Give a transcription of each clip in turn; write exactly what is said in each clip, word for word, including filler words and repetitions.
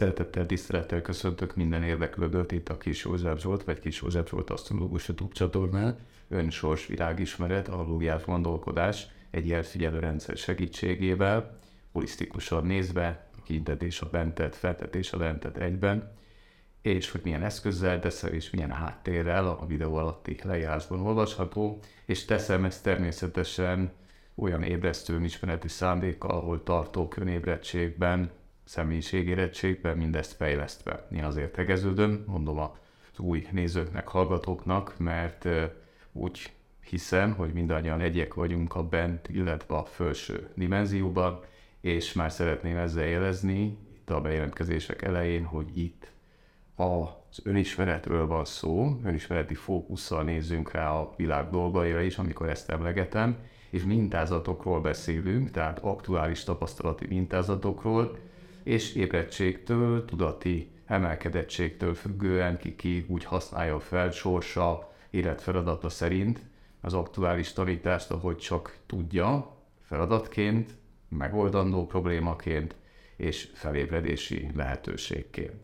Szeretettel, tisztelettel köszöntök minden érdeklődőt itt a Kis József Zsolt, vagy Kis József Zsolt asztrológus YouTube csatornán. Önsors világismeret, aluljárt gondolkodás egy jelfigyelő rendszer segítségével, holisztikusan nézve, a kintet és a bentet, feltet és a lentet egyben, és hogy milyen eszközzel teszem, és milyen háttérrel a videó alatti leírásban olvasható, és teszem ezt természetesen olyan ébresztő ismereti szándékkal, ahol tartok önébredtségben, személyiségérettségben, mindezt fejlesztve. Én azért tegeződöm, mondom az új nézőknek, hallgatóknak, mert uh, úgy hiszem, hogy mindannyian egyek vagyunk a bent, illetve a felső dimenzióban, és már szeretném ezzel jelezni itt a bejelentkezések elején, hogy itt az önismeretről van szó, önismereti fókusszal nézzünk rá a világ dolgaira is, amikor ezt emlegetem, és mintázatokról beszélünk, tehát aktuális tapasztalati mintázatokról, és ébredtségtől, tudati emelkedettségtől függően ki, ki úgy használja fel sorsa, életfeladata szerint az aktuális tanítást, ahogy csak tudja, feladatként, megoldandó problémaként és felébredési lehetőségként.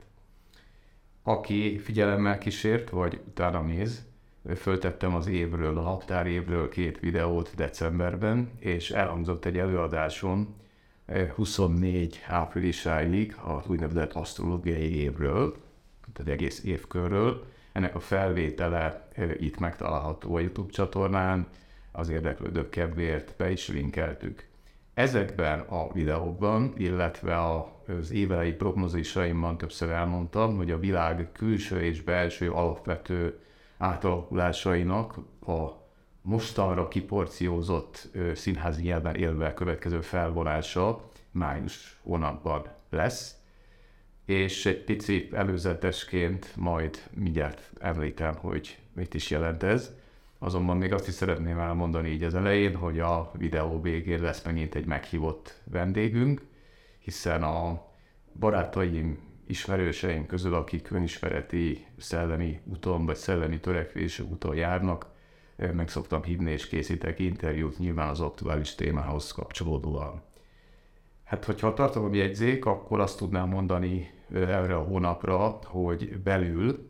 Aki figyelemmel kísért, vagy utána néz, föltettem az évről, a naptár évről két videót decemberben, és elhangzott egy előadáson huszonnégy áprilisáig az úgynevezett asztrológiai évről, tehát egész évkörről. Ennek a felvétele itt megtalálható a YouTube csatornán, az érdeklődők kedvéért be is linkeltük. Ezekben a videókban, illetve az évelei prognózisaimban többször elmondtam, hogy a világ külső és belső alapvető átalakulásainak a mostanra kiporciózott ö, színházi nyelven élve következő felvonása május hónapban lesz, és egy pici előzetesként majd mindjárt említem, hogy mit is jelent ez. Azonban még azt is szeretném elmondani így az elején, hogy a videó végén lesz megint egy meghívott vendégünk, hiszen a barátaim, ismerőseim közül, akik önismereti szellemi úton vagy szellemi törekvési úton járnak, meg szoktam hívni és készítek interjút nyilván az aktuális témához kapcsolódóan. Hát, hogyha tartalomjegyzék, akkor azt tudnám mondani erre a hónapra, hogy belül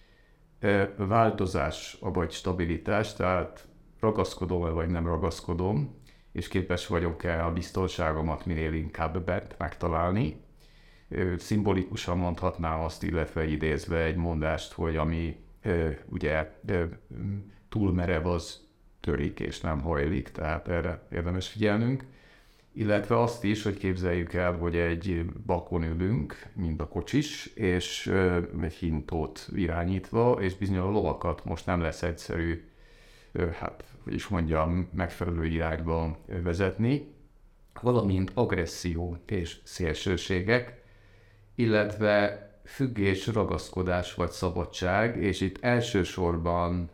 változás, vagy stabilitás, tehát ragaszkodom-e vagy nem ragaszkodom, és képes vagyok-e a biztonságomat minél inkább bent megtalálni. Szimbolikusan mondhatnám azt, illetve idézve egy mondást, hogy ami ugye túl merev, az törik és nem hajlik, tehát erre érdemes figyelnünk. Illetve azt is, hogy képzeljük el, hogy egy bakon ülünk, mint a kocsis, és egy hintót irányítva, és bizony a lovakat most nem lesz egyszerű, hát, hogy is mondjam, megfelelő irányba vezetni, valamint agresszió és szélsőségek, illetve függés, ragaszkodás vagy szabadság, és itt elsősorban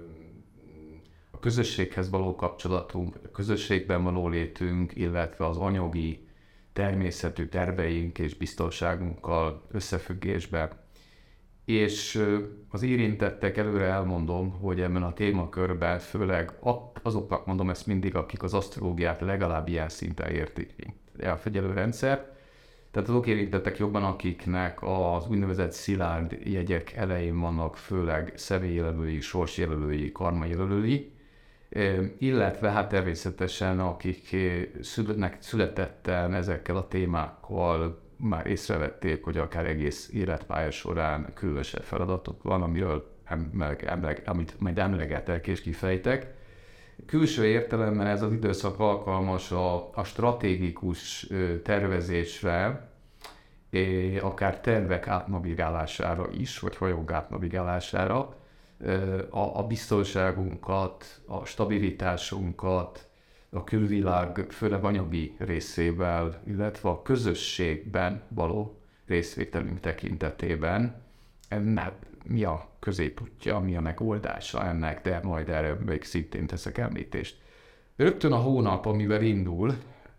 a közösséghez való kapcsolatunk, a közösségben való létünk, illetve az anyagi természetű terveink és biztonságunkkal összefüggésben. És az érintettek előre elmondom, hogy ebben a témakörben főleg azoknak mondom ezt mindig, akik az asztrológiát legalább ilyen szinten értik a figyelőrendszert. Tehát azok érintettek jobban, akiknek az úgynevezett szilárd jegyek elején vannak, főleg személyjelölői, sorsjelölői, karmajelölői, illetve hát természetesen akik születnek, születetten ezekkel a témákkal már észrevették, hogy akár egész életpálya során különösebb feladatok van, amiről emleg, emleg, amit majd emlegetek és kifejtek. Külső értelemben ez az időszak alkalmas a, a stratégikus tervezésre, akár tervek átnavigálására is, vagy hajók átnavigálására, a, a biztonságunkat, a stabilitásunkat, a külvilág főleg anyagi részével, illetve a közösségben való részvételünk tekintetében ennek mi a középútja, mi a megoldása ennek, de majd erre még szintén teszek említést. Rögtön a hónap, amivel indul,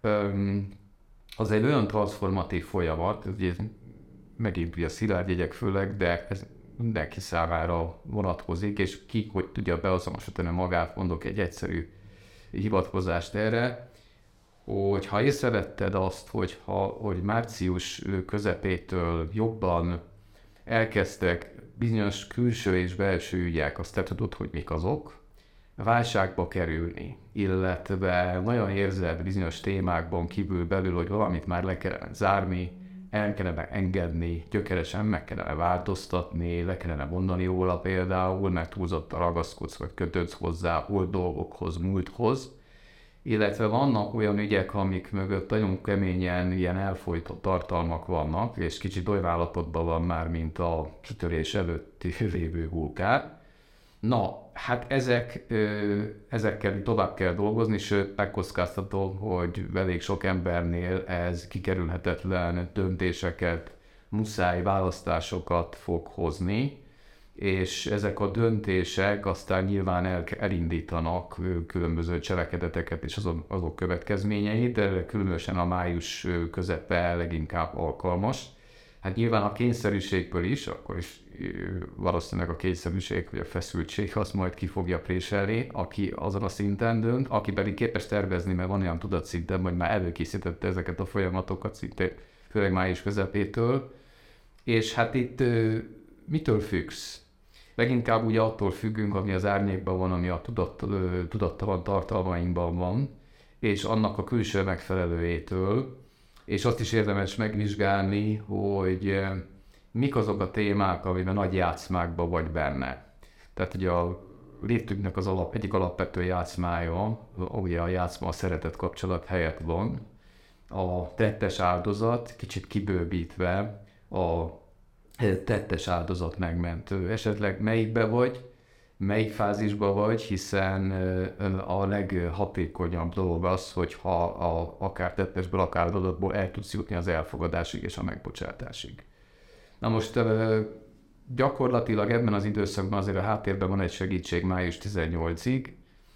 az egy olyan transformatív folyamat, ugye megint a szilárd jegyek főleg, de ez mindenki számára vonatkozik, és ki, hogy tudja beazonosítani magát, mondok egy egyszerű hivatkozást erre, hogy ha észrevetted azt, hogy, ha, hogy március közepétől jobban elkezdtek bizonyos külső és belső ügyek, azt te tudod, hogy mik azok, válságba kerülni, illetve nagyon érzed bizonyos témákban kívül belül, hogy valamit már le kellene zárni, el kellene engedni, gyökeresen meg kellene változtatni, le kellene mondani róla például, mert túlzottan ragaszkodsz vagy kötődsz hozzá old dolgokhoz, múlthoz, illetve vannak olyan ügyek, amik mögött nagyon keményen ilyen elfolytott tartalmak vannak, és kicsit olyan állapotban van már, mint a kitörés előtti lévő vulkán. Na, hát ezek, ezekkel tovább kell dolgozni, sőt megkockáztatom, hogy elég sok embernél ez kikerülhetetlen döntéseket, muszáj választásokat fog hozni, és ezek a döntések aztán nyilván el, elindítanak különböző cselekedeteket és azok, azok következményeit, de különösen a május közepe leginkább alkalmas. Hát nyilván a kényszerűségből is, akkor is valószínűleg a kényszerűség vagy a feszültség azt majd ki fogja préselni, aki azon a szinten dönt, aki pedig képes tervezni, mert van olyan tudatszinten, hogy már előkészítette ezeket a folyamatokat szinte, főleg május közepétől. És hát itt mitől függsz? Leginkább ugye attól függünk, ami az árnyékban van, ami a tudat, tudattalan tartalmainkban van, és annak a külső megfelelőjétől, és azt is érdemes megvizsgálni, hogy mik azok a témák, amiben nagy játszmákban vagy benne. Tehát ugye a létünknek az alap, egyik alapvető játszmája, ugye a játszma a szeretet kapcsolat helyett van, a tettes áldozat, kicsit kibővítve a tettes áldozat megmentő. Esetleg melyikbe vagy, melyik fázisban vagy, hiszen a leghatékonyabb dolog az, hogyha a, akár tettesből, akár áldozatból el tudsz jutni az elfogadásig és a megbocsátásig. Na most gyakorlatilag ebben az időszakban azért a háttérben van egy segítség május tizennyolcadikáig.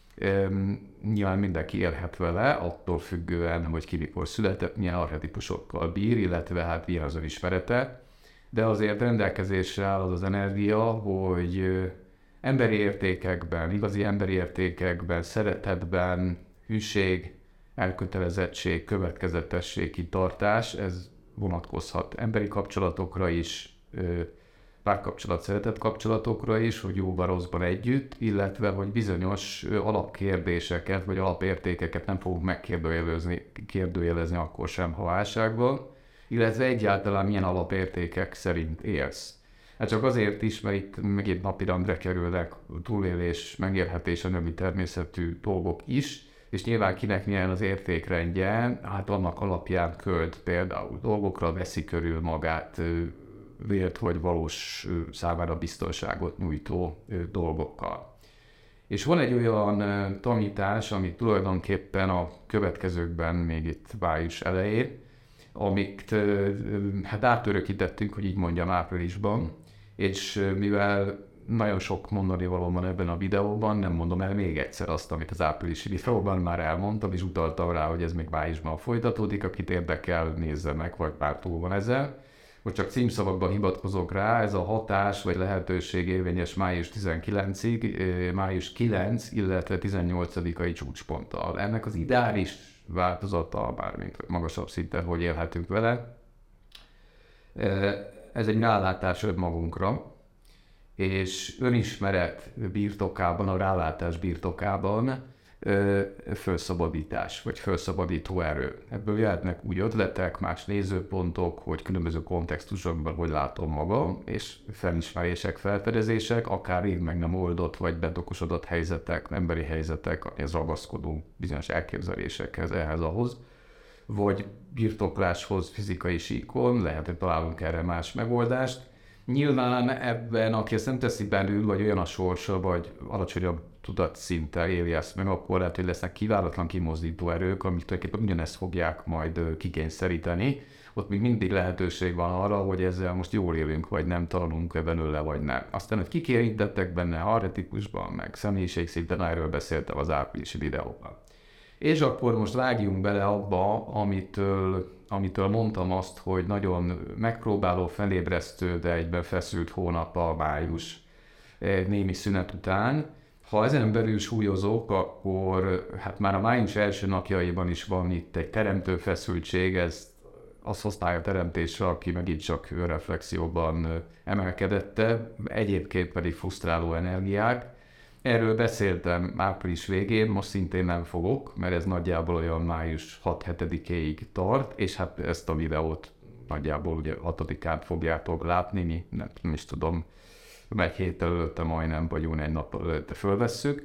Nyilván mindenki élhet vele, attól függően, hogy ki mikor született, milyen archetipusokkal bír, illetve hát milyen az önismerete. De azért rendelkezésre áll az az energia, hogy emberi értékekben, igazi emberi értékekben, szeretetben, hűség, elkötelezettség, következetesség, kitartás, ez vonatkozhat emberi kapcsolatokra is, párkapcsolat, szeretet kapcsolatokra is, hogy jóban, rosszban együtt, illetve hogy bizonyos alapkérdéseket vagy alapértékeket nem fogunk megkérdőjelezni kérdőjelezni akkor sem, ha válságban, illetve egyáltalán milyen alapértékek szerint élsz. Hát csak azért is, mert itt megint napirendre kerülnek túlélés, megélhetés, a nemi természetű dolgok is, és nyilván kinek milyen az értékrendje, hát annak alapján költ például dolgokra, veszi körül magát vélt vagy valós számára biztonságot nyújtó dolgokkal. És van egy olyan tanítás, amit tulajdonképpen a következőkben, még itt május elején, amit hát átörökítettünk, hogy így mondjam, áprilisban, és mivel nagyon sok mondani való van ebben a videóban, nem mondom el még egyszer azt, amit az áprilisi videóban már elmondtam, és utaltam rá, hogy ez még májusban folytatódik, akit érdekel, nézze meg, vagy már túl van ezzel. Most csak címszavakban hivatkozok rá, ez a hatás vagy lehetőség érvényes május tizenkilencedikéig, május kilencedikéig, illetve tizennyolcadikai csúcsponttal. Ennek az ideális változata, bármint magasabb szinten, hogy élhetünk vele. Ez egy rálátás önmagunkra, és önismeret birtokában, a rálátás birtokában felszabadítás, vagy felszabadító erő. Ebből jöhetnek úgy ötletek, más nézőpontok, hogy különböző kontextusokban hogy látom magam, és felismerések, felfedezések, akár rég meg nem oldott, vagy bedokosodott helyzetek, emberi helyzetek, amihez ragaszkodunk bizonyos elképzelésekhez, ehhez, ahhoz, vagy birtokláshoz fizikai síkon, lehet, hogy találunk erre más megoldást. Nyilván ebben, aki ezt nem teszi belül, vagy olyan a sorsa, vagy alacsonyabb tudatszinten éli ezt meg, akkor lehet, hogy lesznek kiváratlan kimozdító erők, amik tulajdonképpen ugyanezt fogják majd kikényszeríteni. Ott még mindig lehetőség van arra, hogy ezzel most jól élünk, vagy nem, tanulunk-e belőle, vagy nem. Aztán, hogy kikérintettek benne archetípusban, meg személyiségszinten, erről beszéltem az áprilisi videóban. És akkor most vágjunk bele abba, amitől, amitől mondtam azt, hogy nagyon megpróbáló, felébresztő, de egyben feszült hónap a május némi szünet után, Ha ezen belül súlyozok, akkor hát már a május első napjaiban is van itt egy teremtő feszültség, ez azt hozták a teremtésre, aki megint csak önreflexióban emelkedette, egyébként pedig frusztráló energiák. Erről beszéltem április végén, most szintén nem fogok, mert ez nagyjából olyan május hat-hetedikéig tart, és hát ezt a videót nagyjából ugye hatodikán fogjátok látni, nem, nem is tudom, egy héttel előtte majdnem, vagy jó egy nap előtte fölvesszük.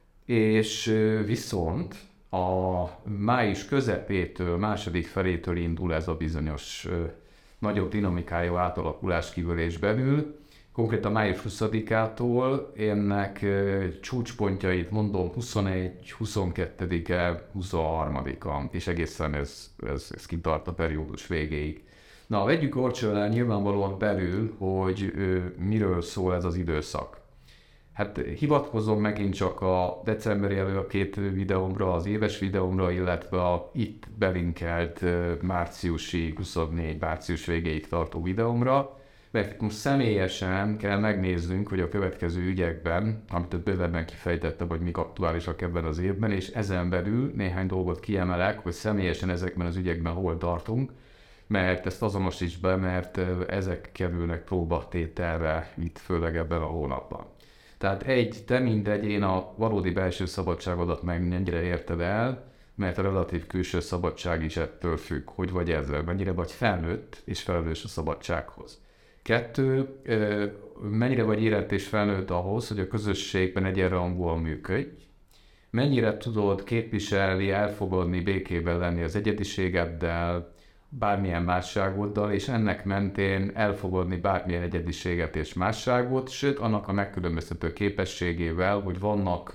És viszont a május közepétől, második felétől indul ez a bizonyos nagyobb dinamikájú átalakulás kívül és belül. Konkrétan május huszadikától ennek csúcspontjait mondom huszonegy, huszonkettedike, huszonharmadika, és egészen ez, ez, ez kitart a periódus végéig. Na, vegyük orcső alá nyilvánvalóan belül, hogy ő, miről szól ez az időszak. Hát hivatkozom megint csak a decemberi elő a két videómra, az éves videómra, illetve a itt belinkelt márciusi, huszonnégy március végéig tartó videómra, mert most személyesen kell megnéznünk, hogy a következő ügyekben, amit bővebben kifejtettem, hogy mik aktuálisak ebben az évben, és ezen belül néhány dolgot kiemelek, hogy személyesen ezekben az ügyekben hol tartunk, mert ezt azonosíts be, mert ezek kerülnek próbatételre itt, főleg ebben a hónapban. Tehát egy, te mindegy, én a valódi belső szabadságodat meg mennyire érted el, mert a relatív külső szabadság is ettől függ, hogy vagy ezzel, mennyire vagy felnőtt és felelős a szabadsághoz. Kettő, mennyire vagy érett és felnőtt ahhoz, hogy a közösségben egyenrangúan működj, mennyire tudod képviselni, elfogadni, békében lenni az egyediségeddel, bármilyen másságoddal, és ennek mentén elfogadni bármilyen egyediséget és másságot, sőt, annak a megkülönböztető képességével, hogy vannak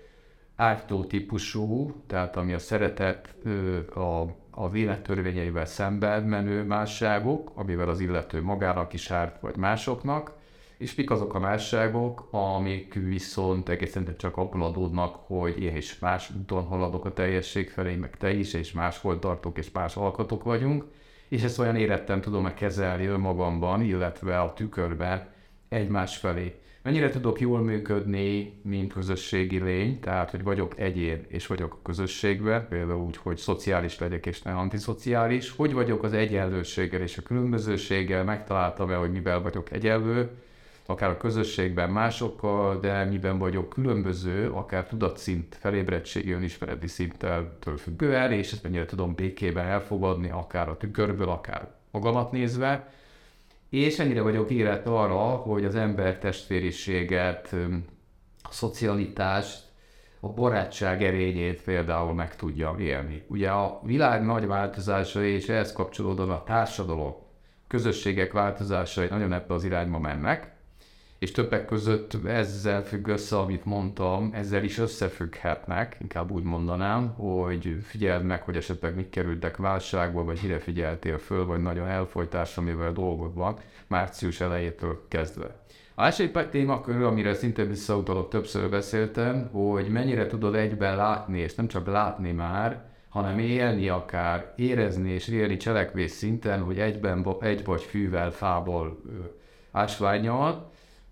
ártó típusú, tehát ami a szeretet a, a élettörvényeivel szemben menő másságok, amivel az illető magának is árt, vagy másoknak, és mik azok a másságok, amik viszont egészen csak abban adódnak, hogy én is más úton haladok a teljesség felé, meg te is, és máshol tartok, és más alkatok vagyunk, és ezt olyan éretten tudom-e kezelni önmagamban, illetve a tükörben egymás felé. Mennyire tudok jól működni, mint közösségi lény, tehát, hogy vagyok egyén, és vagyok a közösségben, például úgy, hogy szociális legyek, és ne antiszociális, hogy vagyok az egyenlőséggel és a különbözőséggel, megtaláltam-e, hogy mivel vagyok egyenlő, akár a közösségben másokkal, de miben vagyok különböző, akár tudatszint, felébredtségi, önismereti szinttel függően, és ezt mennyire tudom békében elfogadni, akár a tükörből, akár magamat nézve, és ennyire vagyok érett arra, hogy az ember testvériséget, a szocialitást, a barátság erényét például meg tudja élni. Ugye a világ nagy változásai, és ehhez kapcsolódóan a társadalom, közösségek változásai nagyon ebbe az irányba mennek, és többek között ezzel függ össze, amit mondtam, ezzel is összefügghetnek, inkább úgy mondanám, hogy figyeld meg, hogy esetleg mik kerültek válságba, vagy mire figyeltél föl, vagy nagyon elfolytás, amivel dolgod van, március elejétől kezdve. A másik témakör, amire szintén visszautalok, többször beszéltem, hogy mennyire tudod egyben látni, és nem csak látni már, hanem élni akár, érezni és élni cselekvés szinten, hogy egyben egy vagy fűvel, fából, ásvánnyal,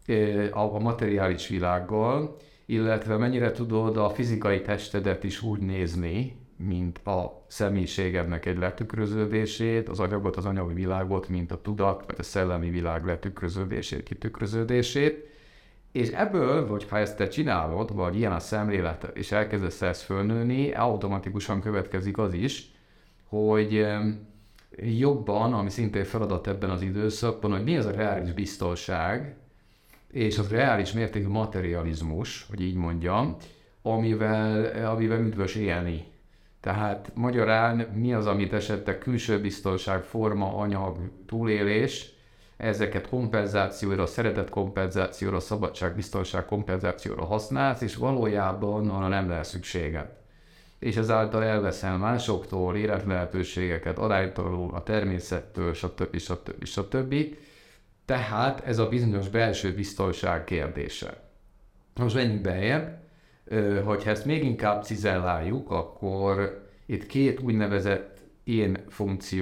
a materiális világgal, illetve mennyire tudod a fizikai testedet is úgy nézni, mint a személyiségednek egy letükröződését, az anyagot, az anyagi világot, mint a tudat, vagy a szellemi világ letükröződését, kitükröződését, és ebből, hogyha ezt te csinálod, vagy ilyen a szemlélet, és elkezdesz ezt fölnőni, automatikusan következik az is, hogy jobban, ami szintén feladat ebben az időszakban, hogy mi az a reális biztonság, és az reális mértékű materializmus, hogy így mondjam, amivel, amivel üdvös élni. Tehát magyarán mi az, amit esetleg külső biztonság, forma, anyag, túlélés, ezeket kompenzációra, szeretet kompenzációra, szabadság, biztonság kompenzációra használsz, és valójában arra nem lesz szükséged. És ezáltal elveszel másoktól életlehetőségeket, aránytalanul a természettől, stb. stb. stb. Tehát ez a bizonyos belső biztonság kérdése. Most menjünk beljebb, hogyha ezt még inkább cizelláljuk, akkor itt két úgynevezett én funkció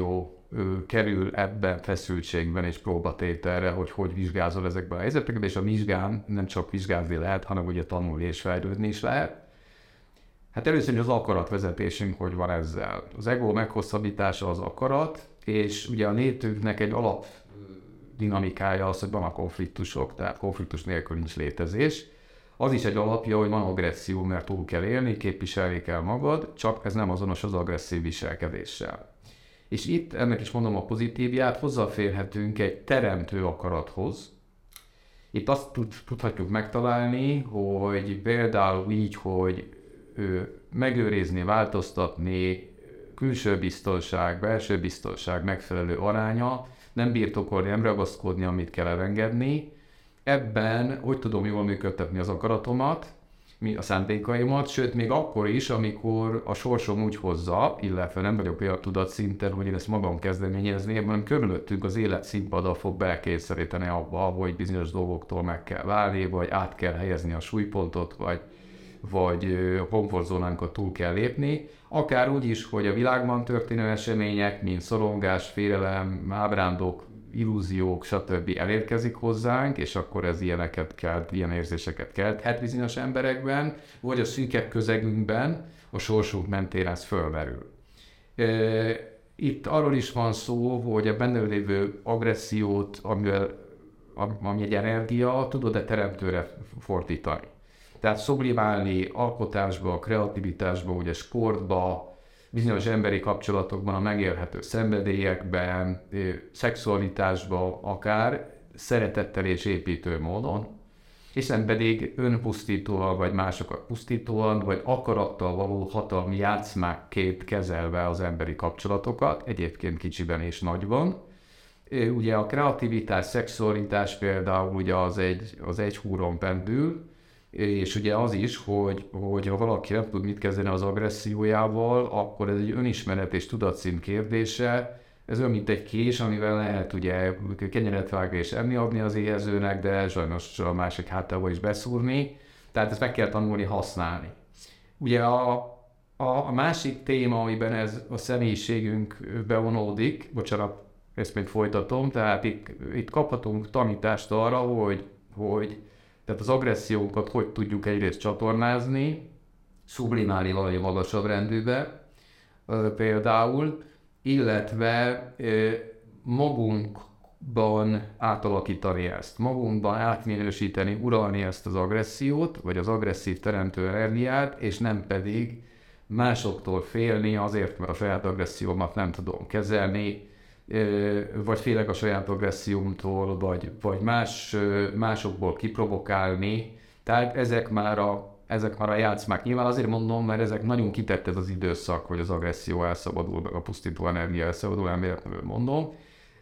ö, kerül ebben feszültségben és próbatételre, hogy hogy vizsgázol ezekben a helyzetekben, és a vizsgán nem csak vizsgázni lehet, hanem ugye tanulni és fejlődni is lehet. Hát először is az akaratvezetésünk hogy van ezzel. Az ego meghosszabbítása az akarat, és ugye a létünknek egy alap dinamikája az, hogy van a konfliktusok, tehát konfliktus nélkül nincs létezés. Az is egy alapja, hogy van agresszió, mert túl kell élni, képviselni kell magad, csak ez nem azonos az agresszív viselkedéssel. És itt, ennek is mondom a pozitívját, hozzáférhetünk egy teremtő akarathoz. Itt azt tud, tudhatjuk megtalálni, hogy például így, hogy ő, megőrizni, változtatni, külső biztonság, belső biztonság megfelelő aránya, nem birtokolni, nem ragaszkodni, amit kell elengedni. Ebben hogy tudom jól működtetni az akaratomat, a szándékaimat, sőt még akkor is, amikor a sorsom úgy hozza, illetve nem vagyok olyan tudatszinten, hogy én ezt magam kezdeményezni, hanem körülöttünk az élet színpada fog belkényszeríteni abba, hogy bizonyos dolgoktól meg kell válni, vagy át kell helyezni a súlypontot, vagy, vagy a komfortzónánkat túl kell lépni. Akár úgy is, hogy a világban történő események, mint szorongás, félelem, ábrándok, illúziók, stb. Elérkezik hozzánk, és akkor ez ilyeneket kelt, ilyen érzéseket kelthet bizonyos emberekben, vagy a szűkebb közegünkben a sorsunk mentén ez fölmerül. Itt arról is van szó, hogy a benne lévő agressziót, amivel, ami egy energia, tudod-e teremtőre fordítani. Tehát szublimálni alkotásba, kreativitásba, ugye sportba, bizonyos emberi kapcsolatokban, a megélhető szenvedélyekben, szexualitásban akár, szeretettel és építő módon, és nem pedig önpusztítóan, vagy másokat pusztítóan, vagy akarattal való hatalmi játszmákként kezelve az emberi kapcsolatokat, egyébként kicsiben és nagyban. Ugye a kreativitás, szexualitás például ugye az egy, az egy húron pendül, és ugye az is, hogy, hogy ha valaki nem tud mit kezdeni az agressziójával, akkor ez egy önismeret és tudatszint kérdése. Ez olyan, mint egy kés, amivel lehet ugye kenyeret vágni és enni adni az éhezőnek, de sajnos a másik hátába is beszúrni. Tehát ezt meg kell tanulni használni. Ugye a, a, a másik téma, amiben ez a személyiségünk bevonódik, bocsánat, ezt még folytatom, tehát itt, itt kaphatunk tanítást arra, hogy, hogy tehát az agressziókat hogy tudjuk egyrészt csatornázni, sublimálni valami magasabb rendűbe például, illetve magunkban átalakítani ezt, magunkban átminősíteni, uralni ezt az agressziót, vagy az agresszív teremtő energiát, és nem pedig másoktól félni azért, mert a saját agressziómat nem tudom kezelni, vagy félek a saját agressziómtól, vagy, vagy más, másokból kiprovokálni. Tehát ezek már, a, ezek már a játszmák. Nyilván azért mondom, mert ezek nagyon kitett ez az időszak, hogy az agresszió elszabadul, a pusztító energia elszabadul, nem véletlenül mondom.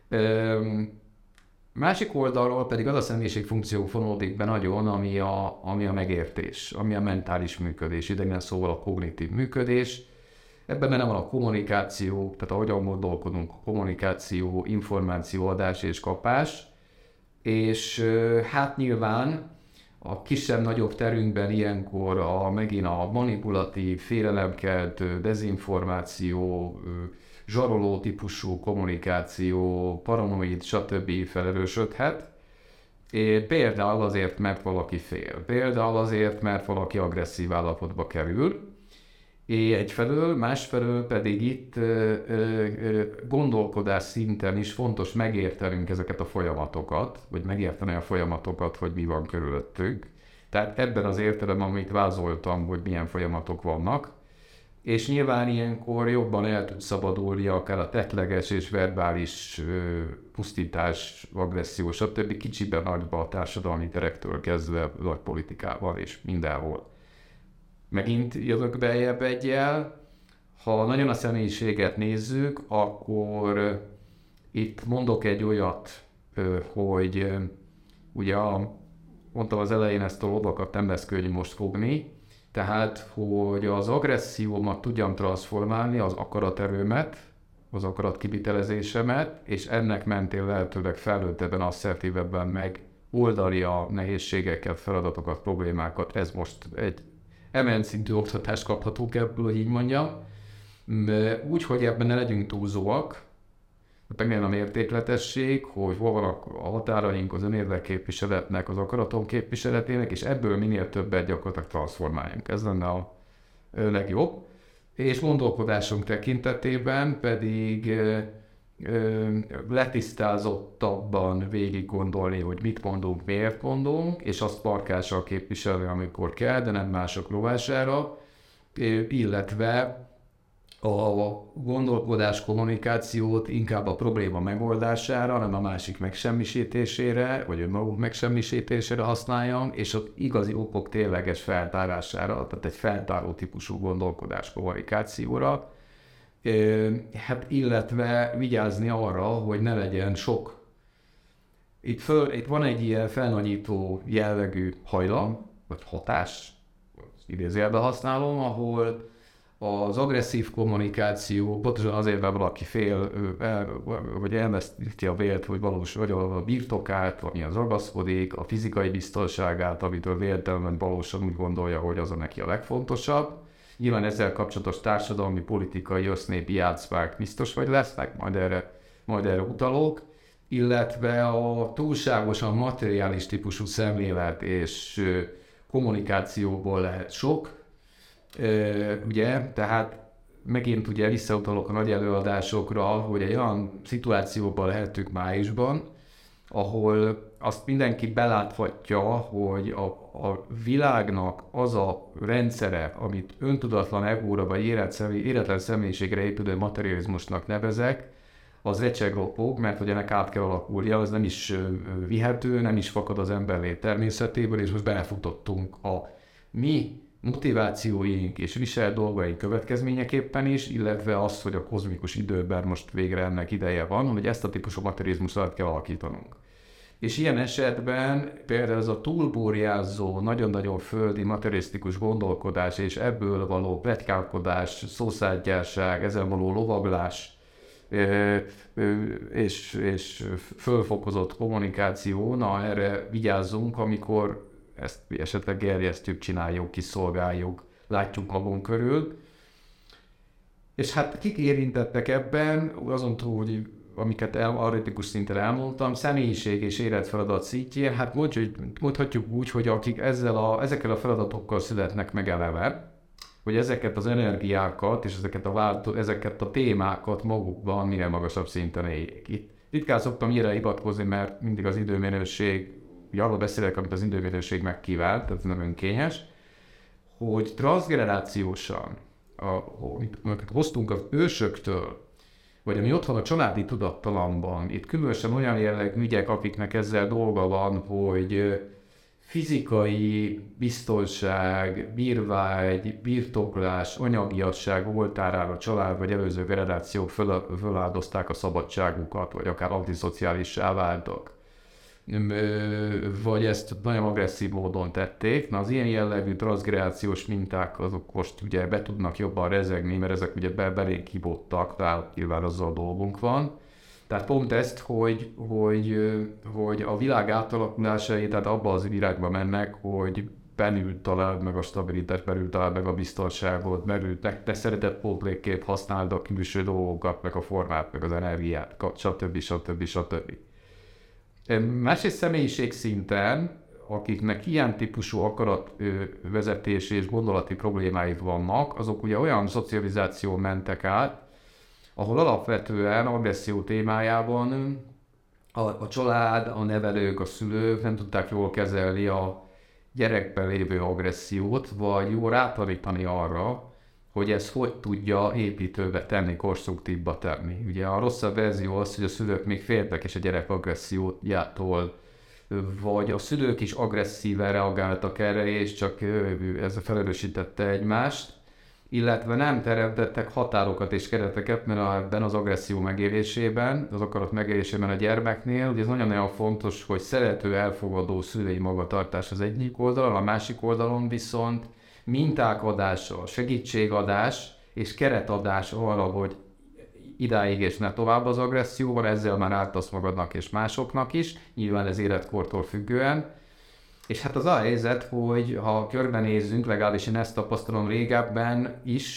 Másik oldalról pedig az a személyiségfunkció fonódik be nagyon, ami a, ami a megértés, ami a mentális működés, idegen szóval a kognitív működés. Ebben benne van a kommunikáció, tehát ahogyan gondolkodunk, a kommunikáció, információadás és kapás, és hát nyilván a kisebb-nagyobb terünkben ilyenkor a, megint a manipulatív, félelemkeltő, dezinformáció, zsaroló típusú kommunikáció, paranoid, stb. Felerősödhet. Például azért, mert valaki fél. Például azért, mert valaki agresszív állapotba kerül. Egyfelől, másfelől pedig itt ö, ö, gondolkodás szinten is fontos megértenünk ezeket a folyamatokat, vagy megérteni a folyamatokat, hogy mi van körülöttünk. Tehát ebben az értelemben, amit vázoltam, hogy milyen folyamatok vannak, és nyilván ilyenkor jobban el tud szabadulni akár a tettleges és verbális ö, pusztítás, agresszió, stb. Kicsiben nagyba a társadalmi terektől kezdve nagy politikával és mindenhol. Megint jövök beljebb egyel, ha nagyon a személyiséget nézzük, akkor itt mondok egy olyat, hogy ugye a, mondtam az elején, ezt a lovakat nem lesz könnyű most fogni, tehát hogy az agressziómat tudjam transformálni, az akaraterőmet, az akarat kivitelezésemet, és ennek mentén lehetőleg felnőttebben, asszertívebben megoldani a nehézségeket, feladatokat, problémákat. Ez most egy emelt szintű oktatást kaphatók ebből, hogy így mondjam. Úgy, hogy ebben ne legyünk túlzóak, Meglegyen a mértékletesség, hogy hol vannak a határaink az önérdeképviseletnek, az akaratom képviseletének, és ebből minél többet gyakorlatilag transformáljunk. Ez lenne a legjobb. És gondolkodásunk tekintetében pedig ö, ö, letisztázottabban végig gondolni, hogy mit mondunk, miért mondunk, és azt markással képviselni, amikor kell, de nem mások rovására, illetve a gondolkodás kommunikációt inkább a probléma megoldására, nem a másik megsemmisítésére, vagy önmaguk megsemmisítésére használjam, és az igazi okok tényleges feltárására, tehát egy feltáró típusú gondolkodás kommunikációra, hát illetve vigyázni arra, hogy ne legyen sok. Itt, föl, itt van egy ilyen felnagyító jellegű hajlam, vagy hatás, idézőjelben használom, ahol az agresszív kommunikáció, pontosan azért, mert valaki fél, el, vagy elveszti a vélt, vagy valós, vagy a birtokát, ami az ragaszkodik, a fizikai biztonságát, amitől véletlenül valósan úgy gondolja, hogy az a neki a legfontosabb. Nyilván ezzel kapcsolatos társadalmi, politikai, össznépi játszmák biztos vagy lesznek, majd erre, majd erre utalok, illetve a túlságosan materiális típusú szemlélet és kommunikációból lehet sok, ugye, tehát megint ugye visszautalok a nagy előadásokra, hogy egy olyan szituációban lehetünk májusban, ahol azt mindenki beláthatja, hogy a, a világnak az a rendszere, amit öntudatlan egóra vagy életlen személyiségre épülő materializmusnak nevezek, az recseg-ropog, mert hogy ennek át kell alakulja, az nem is vihető, nem is fakad az emberlét természetéből, és most belefutottunk a mi motivációink és viselt dolgaink következményeképpen is, illetve az, hogy a kozmikus időben most végre ennek ideje van, hogy ezt a típusú materializmust át kell alakítanunk. És ilyen esetben például ez a túlbúrjázó, nagyon-nagyon földi materialisztikus gondolkodás és ebből való pletykálkodás, szószádgyárság, ezen való lovaglás és, és fölfokozott kommunikáció, na erre vigyázzunk, amikor ezt esetleg gerjesztjük, csináljuk, kiszolgáljuk, látjuk magunk körül. És hát kik érintettek ebben, azon túl, hogy amiket analitikus szinten elmondtam, személyiség és életfeladat szintjén, hát mondhatjuk úgy, hogy akik ezzel a, ezekkel a feladatokkal születnek meg eleve, hogy ezeket az energiákat és ezeket a, váltó, ezeket a témákat magukban minél magasabb szinten éljék. Itt ritkán szoktam ilyenre hivatkozni, mert mindig az időminőség, ugye arról beszélek, amit az időminőség megkívánt, tehát nem önkényes, hogy transzgenerációsan, amiket hoztunk az ősöktől, vagy ami ott van a családi tudattalamban, itt különösen olyan jellegű ügyek, akiknek ezzel dolga van, hogy fizikai biztonság, bírvágy, birtoklás, anyagiasság oltárára a család vagy előző generációk föl, föláldozták a szabadságukat, vagy akár antiszociálissá váltak. Vagy ezt nagyon agresszív módon tették. Na az ilyen jellegű transzgenerációs minták azok most ugye be tudnak jobban rezegni, mert ezek ugye be, belénk kibottak, tehát nyilván azzal dolgunk van. Tehát pont ezt, hogy, hogy, hogy a világ átalakulásai, tehát abba az irányba mennek, hogy belül találd meg a stabilitást, belül találd meg a biztonságot, belül te, te szeretett pótlékként használd a külső dolgokat, meg a formát, meg az energiát, stb. stb. stb. Másrészt személyiség szinten, akiknek ilyen típusú akaratvezetési és gondolati problémáik vannak, azok ugye olyan szocializáción mentek át, ahol alapvetően agresszió témájában a, a család, a nevelők, a szülők nem tudták jól kezelni a gyerekben lévő agressziót, vagy jól rátanítani arra, hogy ez hogy tudja építőbe tenni, konstruktívba tenni. Ugye a rosszabb verzió az, hogy a szülők még féltek és a gyerek agressziójától, vagy a szülők is agresszíven reagáltak erre, és csak ez felelősítette egymást, illetve nem teremtettek határokat és kereteket, mert ebben az agresszió megélésében, az akarat megélésében a gyermeknél, ugye ez nagyon-nagyon fontos, hogy szerető, elfogadó szülői magatartás az egyik oldalon, a másik oldalon viszont minták adása, segítségadás és keretadás arra, hogy idáig és ne tovább az agresszióval, ezzel már ártasz magadnak és másoknak is, nyilván ez életkortól függően. És hát az a helyzet, hogy ha körbenézzünk, legalábbis én ezt tapasztalom régebben is,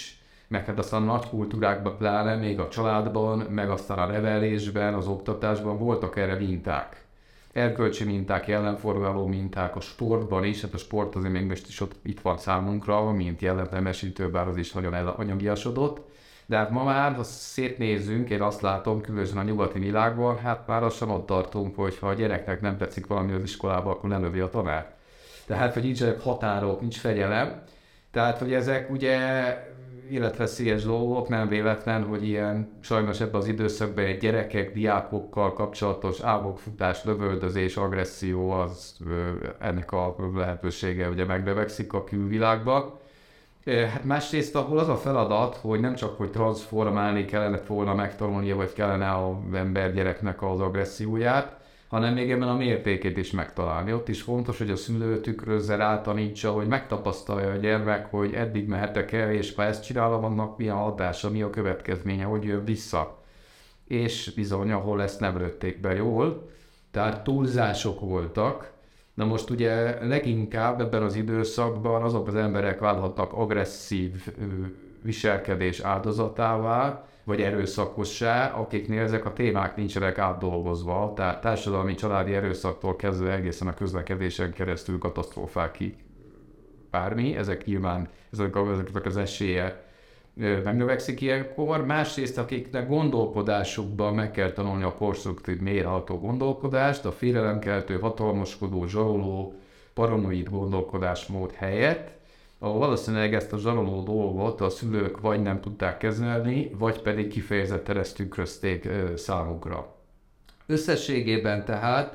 meg hát aztán a nagy kultúrákban pláne, még a családban, meg aztán a nevelésben, az oktatásban voltak erre minták. Erkölcsi minták, jelenformáló minták, a sportban is, hát a sport azért még most is ott itt van számunkra, mint jelentemesítő, bár az is nagyon anyagiasodott. De hát ma már, ha szétnézzünk, én azt látom, különösen a nyugati világban, hát már lassan ott tartunk, hogy ha a gyereknek nem tetszik valami az iskolában, akkor lelövi a tanár. Tehát, hogy nincsenek határok, nincs fegyelem. Tehát, hogy ezek ugye életveszélyes dolgok, nem véletlen, hogy ilyen sajnos ebben az időszakban egy gyerekek, diákokkal kapcsolatos álmokfutás, lövöldözés, agresszió, az ennek a lehetősége ugye megnövekszik a külvilágban. Hát másrészt ahol az a feladat, hogy nem csak hogy transformálni kellene volna megtanulnia, vagy kellene az ember gyereknek az agresszióját, hanem még ebben a mértékét is megtalálni. Ott is fontos, hogy a szülő tükrözze rá, tanítsa, hogy megtapasztalja a gyermek, hogy eddig mehetek el, és ha ezt csinálom, annak mi a hatása, mi a következménye, hogy jön vissza. És bizony, ahol ezt nem lőtték be jól, tehát túlzások voltak. Na most ugye leginkább ebben az időszakban azok az emberek válhatnak agresszív viselkedés áldozatává, vagy erőszakossá, akiknél ezek a témák nincsenek átdolgozva, tehát társadalmi családi erőszaktól kezdve egészen a közlekedésen keresztül katasztrófákig bármi, ezek nyilván ezek, ezek az esélye megnövekszik ilyenkor. Másrészt, akiknek gondolkodásukban meg kell tanulni a konstruktív, mélyreható gondolkodást, a félelemkeltő, hatalmaskodó, zsaroló, paranoid gondolkodásmód helyett, ahol valószínűleg ezt a zsaroló dolgot a szülők vagy nem tudták kezelni, vagy pedig kifejezetten ezt tükrözték számukra. Összességében tehát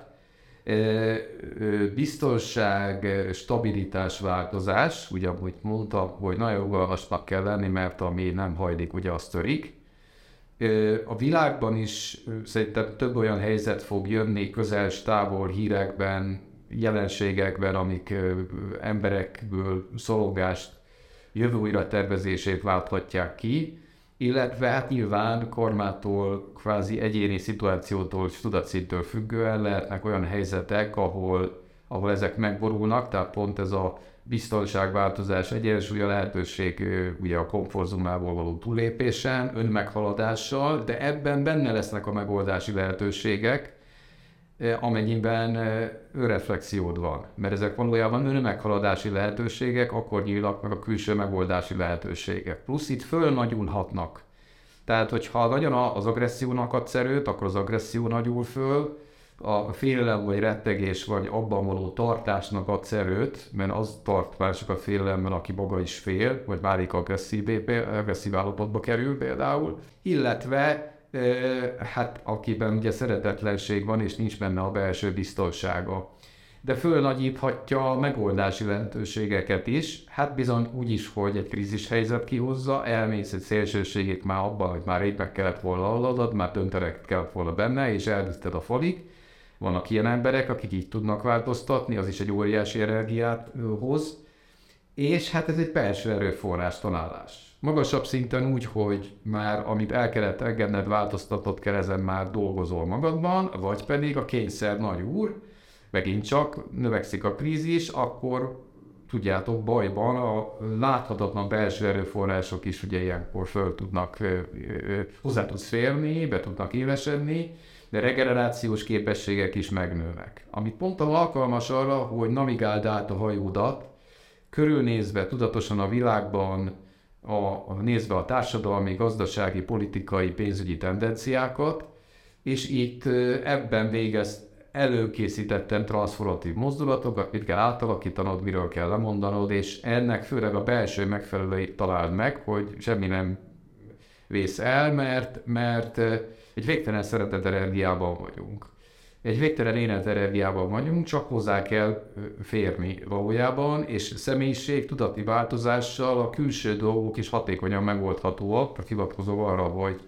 biztonság, stabilitás, változás, ugye ahogy mondtam, hogy nagyon rugalmasnak kell lenni, mert ami nem hajlik, ugye az törik. A világban is szerintem több olyan helyzet fog jönni közel, távol hírekben, jelenségekben, amik emberekből szologást, jövő újra tervezését válthatják ki, illetve hát nyilván kormától, kvázi egyéni szituációtól és tudatszinttől függően lehetnek olyan helyzetek, ahol, ahol ezek megborulnak, tehát pont ez a biztonságváltozás, egyensúly, a lehetőség ugye a komfortzónából való túllépésen, önmeghaladással, de ebben benne lesznek a megoldási lehetőségek, amennyiben önreflexiód van. Mert ezek valójában önmeghaladási lehetőségek, akkor nyílnak meg a külső megoldási lehetőségek. Plusz itt fölnagyulhatnak. Tehát, hogyha nagyon az agressziónak adsz erőt, akkor az agresszió nagyul föl, a félelem vagy rettegés vagy abban való tartásnak adsz erőt, mert az tart másokat félelemben, aki maga is fél, vagy válik agresszív, agresszív állapotba kerül például, illetve hát akiben ugye szeretetlenség van, és nincs benne a belső biztonsága. De fölnagyíthatja a megoldási lehetőségeket is, hát bizony úgy is, hogy egy krízis helyzet kihozza, elmész egy szélsőségét már abban, hogy már épp meg kellett volna oldod, már döntenek kellett volna benne, és elviszted a falig. Vannak ilyen emberek, akik így tudnak változtatni, az is egy óriási energiát hoz, és hát ez egy belső erőforrás tanálás. Magasabb szinten úgy, hogy már amit el kellett engedned, változtatott kell, ezen már dolgozol magadban, vagy pedig a kényszer nagy úr, megint csak növekszik a krízis, akkor tudjátok, bajban a láthatatlan belső erőforrások is ugye ilyenkor föl tudnak, hozzá tudsz férni, be tudnak élesedni, de regenerációs képességek is megnőnek. Amit pont alkalmas arra, hogy navigáld át a hajódat, körülnézve tudatosan a világban, a, a, nézve a társadalmi, gazdasági, politikai, pénzügyi tendenciákat, és itt ebben végez előkészítettem transformatív mozdulatokat, mit kell átalakítanod, miről kell lemondanod, és ennek főleg a belső megfelelőit találd meg, hogy semmi nem vész el, mert, mert egy végtelen szeretet energiában vagyunk. Egy végtelen életenergiában vagyunk, csak hozzá kell férni valójában, és személyiség, tudati változással a külső dolgok is hatékonyan megoldhatóak, hivatkozom arra, hogy,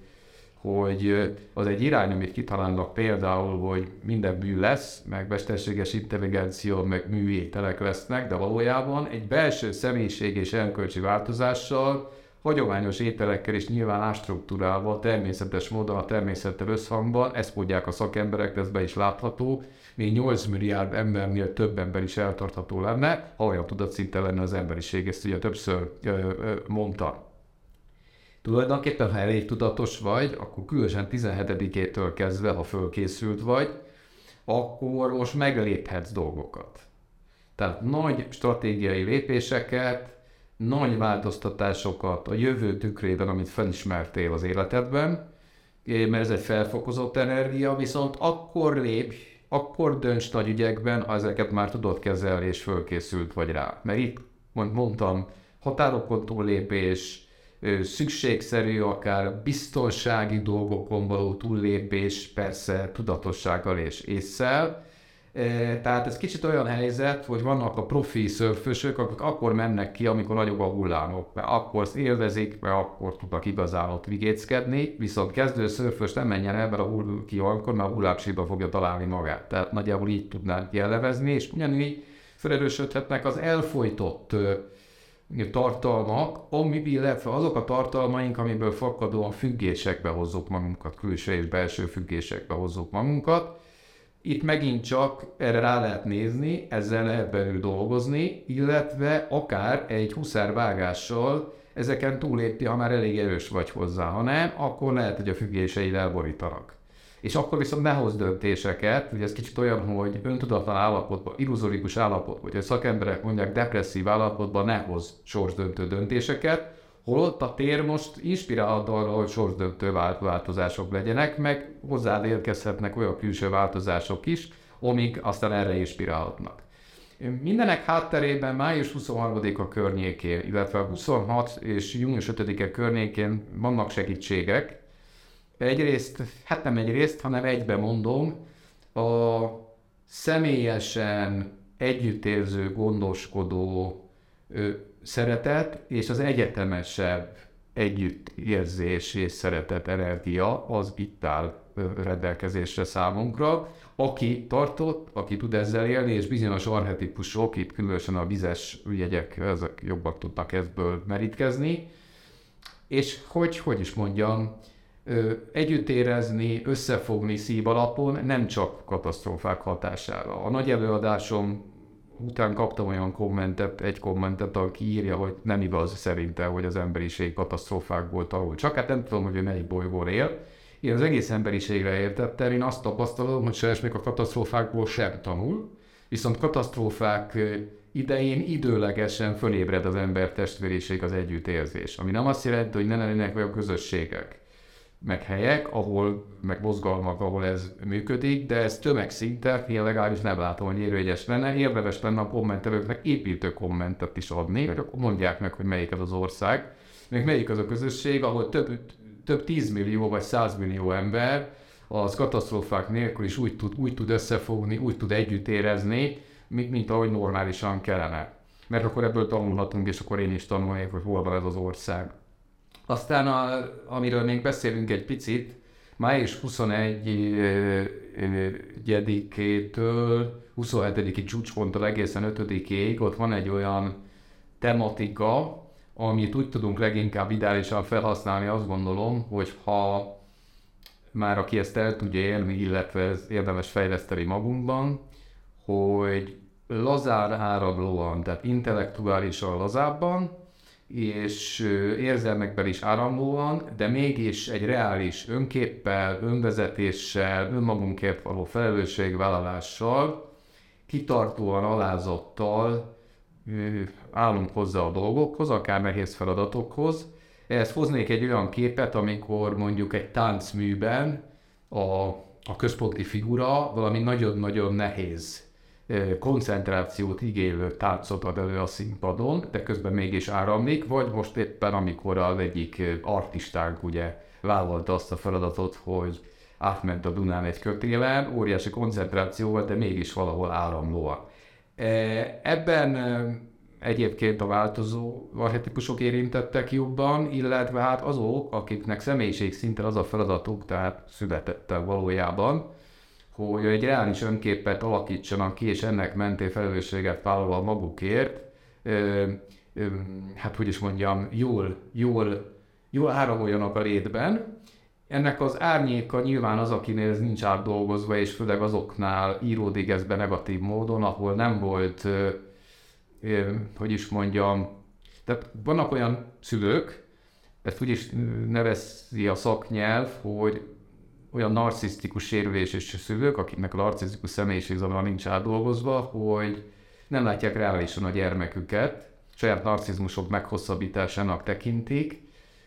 hogy az egy irány, amit kitalálnak például, hogy minden mű lesz, meg mesterséges intelligencia, meg műételek lesznek, de valójában egy belső személyiség és erkölcsi változással, hagyományos ételekkel is nyilván ástruktúrálva, természetes módon, a természettel összhangban, ezt mondják a szakemberek, ez be is látható, még nyolc milliárd embernél több ember is eltartható lenne, ha olyan tudatszinten lenne az emberiség, ezt ugye többször ö, ö, mondta. Tulajdonképpen, ha elég tudatos vagy, akkor különösen tizenhetedikétől kezdve, ha fölkészült vagy, akkor most megléphetsz dolgokat. Tehát nagy stratégiai lépéseket, nagy változtatásokat a jövő tükrében, amit felismertél az életedben, mert ez egy felfokozott energia, viszont akkor lépj, akkor dönts nagy ügyekben, ha ezeket már tudod kezelni és fölkészült vagy rá. Mert itt mondtam, határokon túllépés, szükségszerű, akár biztonsági dolgokon való túllépés, persze tudatossággal és ésszel. Tehát ez kicsit olyan helyzet, hogy vannak a profi szörfösök, akik akkor mennek ki, amikor nagyobb a hullámok, mert akkor élvezik, mert akkor tudnak igazán ott vigéckedni, viszont kezdő szörfös nem menjen el, mert a hull ki akkor, mert a hullámsíkba fogja találni magát. Tehát nagyjából így tudnánk jellemezni, és ugyanígy felerősödhetnek az elfojtott tartalmak, ami, illetve azok a tartalmaink, amiből fakadóan függésekbe hozzuk magunkat, külső és belső függésekbe hozzuk magunkat. Itt megint csak erre rá lehet nézni, ezzel lehet belül dolgozni, illetve akár egy huszárvágással ezeken túlépni, ha már elég erős vagy hozzá. Ha nem, akkor lehet, hogy a függéseid elborítanak. És akkor viszont ne hozz döntéseket, ugye ez kicsit olyan, hogy öntudatlan állapotban, illuzorikus állapotban, vagy a szakemberek mondják depresszív állapotban ne hozz sorsdöntő döntéseket, holott a tér most inspirálhat arra, hogy sorsdöntő változások legyenek, meg hozzád érkezhetnek olyan külső változások is, amik aztán erre inspirálhatnak. Mindenek hátterében május huszonharmadika környékén, illetve huszonhat és június ötödike környékén vannak segítségek. Egyrészt, hát nem egyrészt, hanem egybe mondom, a személyesen együttérző, gondoskodó ö, szeretet és az egyetemesebb együttérzés és szeretet energia az itt áll rendelkezésre számunkra. Aki tartott, aki tud ezzel élni, és bizonyos archetipusok, itt különösen a vizes jegyek, ezek jobban tudnak ebből merítkezni. És hogy, hogy is mondjam, együtt érezni, összefogni szív alapon, nem csak katasztrófák hatására. A nagy előadásom után kaptam olyan kommentet, egy kommentet, aki írja, hogy nem igaz szerinte, hogy az emberiség katasztrófákból tanul. Csak hát nem tudom, hogy ő melyik bolygón él. Én az egész emberiségre értettem, én azt tapasztalom, hogy sajnos még a katasztrófákból sem tanul, viszont katasztrófák idején időlegesen fölébred az ember testvériség, az együttérzés. Ami nem azt jelenti, hogy ne lennének olyan közösségek, meg helyek, ahol, meg mozgalmak, ahol ez működik, de ez tömegszinten, én legalábbis nem látom, hogy érvényes lenne. Érdemes lenne a kommentelőknek építő kommentet is adni, hogy akkor mondják meg, hogy melyik az az ország, meg melyik az a közösség, ahol több, több tízmillió vagy százmillió ember az katasztrófák nélkül is úgy tud, úgy tud összefogni, úgy tud együtt érezni, mint, mint ahogy normálisan kellene. Mert akkor ebből tanulhatunk, és akkor én is tanulnék, hogy hol van ez az ország. Aztán, a, amiről még beszélünk egy picit, május huszonegyedikétől huszonhetediki csúcsponttól egészen ötödikéig ott van egy olyan tematika, amit úgy tudunk leginkább ideálisan felhasználni, azt gondolom, hogy ha már aki ezt el tudja élni, illetve ez érdemes fejleszteni magunkban, hogy lazán áramlóan, tehát intellektuálisan lazábban, és érzelmekben is áramlóan, de mégis egy reális önképpel, önvezetéssel, önmagunkért való felelősségvállalással, kitartóan, alázattal állunk hozzá a dolgokhoz, akár nehéz feladatokhoz. Ehhez hoznék egy olyan képet, amikor mondjuk egy táncműben a, a központi figura valami nagyon-nagyon nehéz koncentrációt igénylő táncot ad elő a színpadon, de közben mégis áramlik, vagy most éppen amikor az egyik artistánk ugye vállalta azt a feladatot, hogy átment a Dunán egy kötélen, óriási koncentrációval, de mégis valahol áramlóan. Ebben egyébként a változó archetipusok érintettek jobban, illetve hát azok, akiknek személyiség szinten az a feladatuk, tehát születettek valójában, hogy egy reális önképet alakítsanak ki, és ennek mentén felelősséget vállalva magukért, ö, ö, hát hogy is mondjam, jól, jól, jól áramoljanak a létben. Ennek az árnyéka nyilván az, akinél ez nincs átdolgozva, és főleg azoknál íródik ez be negatív módon, ahol nem volt, ö, ö, hogy is mondjam, tehát vannak olyan szülők, ezt úgy is nevezi a szaknyelv, hogy olyan narcisztikus sérüléses szülők, akiknek a narcisztikus személyiségzavara nincs átdolgozva, hogy nem látják reálisan a gyermeküket, saját narcizmusok meghosszabbításának tekintik,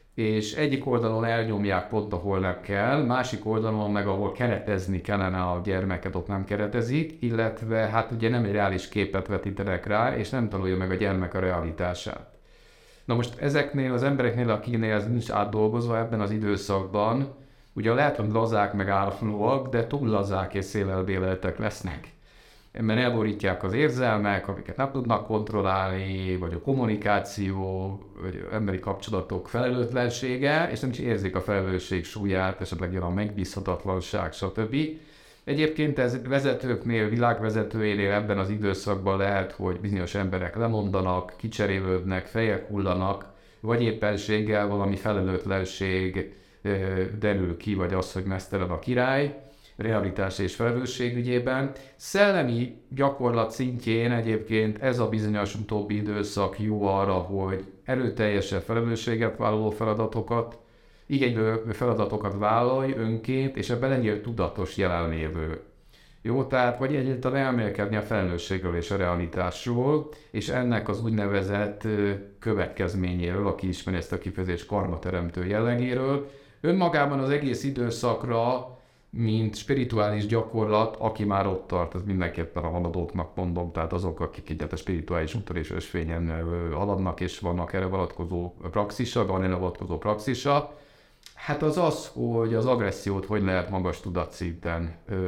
és egyik oldalon elnyomják pont, ahol nem kell, másik oldalon meg, ahol keretezni kellene a gyermeket, ott nem keretezik, illetve hát ugye nem egy reális képet vetítenek rá, és nem tanulja meg a gyermek a realitását. Na most ezeknél az embereknél, akinél ez nincs átdolgozva ebben az időszakban, ugye lehet, hogy lazák meg állandóak, de túl lazák és szélelbéleltek lesznek. Mert elborítják az érzelmek, amiket nem tudnak kontrollálni, vagy a kommunikáció, vagy emberi kapcsolatok felelőtlensége, és nem is érzik a felelősség súlyát, esetleg jön a megbízhatatlanság, stb. Egyébként ez vezetőknél, világvezetőjénél ebben az időszakban lehet, hogy bizonyos emberek lemondanak, kicserélődnek, fejek hullanak, vagy éppenséggel valami felelőtlenség derül ki, vagy az, hogy meztelen a király, realitás és felelősség ügyében. Szellemi gyakorlat szintjén egyébként ez a bizonyos utóbbi időszak jó arra, hogy erőteljesebb felelősséget vállaló feladatokat, igénylő feladatokat vállalj önként, és ebben legyél tudatos jelenlévő. Jó, tehát vagy egyáltalán elmélkedni a felelősségről és a realitásról, és ennek az úgynevezett következményéről, aki ismeri ezt a kifejezést, karmateremtő jellegéről, önmagában az egész időszakra, mint spirituális gyakorlat, aki már ott tart, az mindenképpen a haladóknak mondom, tehát azok, akik egyáltalán spirituális úton és ösvényen haladnak, és vannak erre vonatkozó praxisa, van erre vonatkozó praxisa, hát az az, hogy az agressziót hogy lehet magas tudatszinten ö,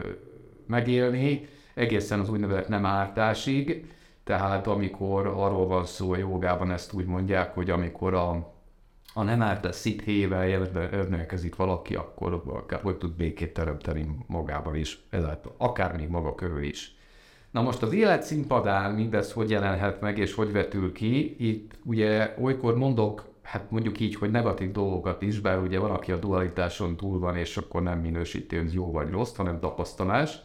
megélni, egészen az úgynevezett nem ártásig, tehát amikor arról van szó, a jogában ezt úgy mondják, hogy amikor a a nem ártás szithével rendelkezik valaki, akkor akár hogy tud békét teremteni magában is, ezáltal akár még maga körül is. Na most az élet színpadán mindez hogy jelenhet meg és hogy vetül ki, itt ugye olykor mondok, hát mondjuk így, hogy negatív dolgokat is, bár ugye van, aki a dualitáson túl van, és akkor nem minősíti, hogy jó vagy rossz, hanem tapasztalás,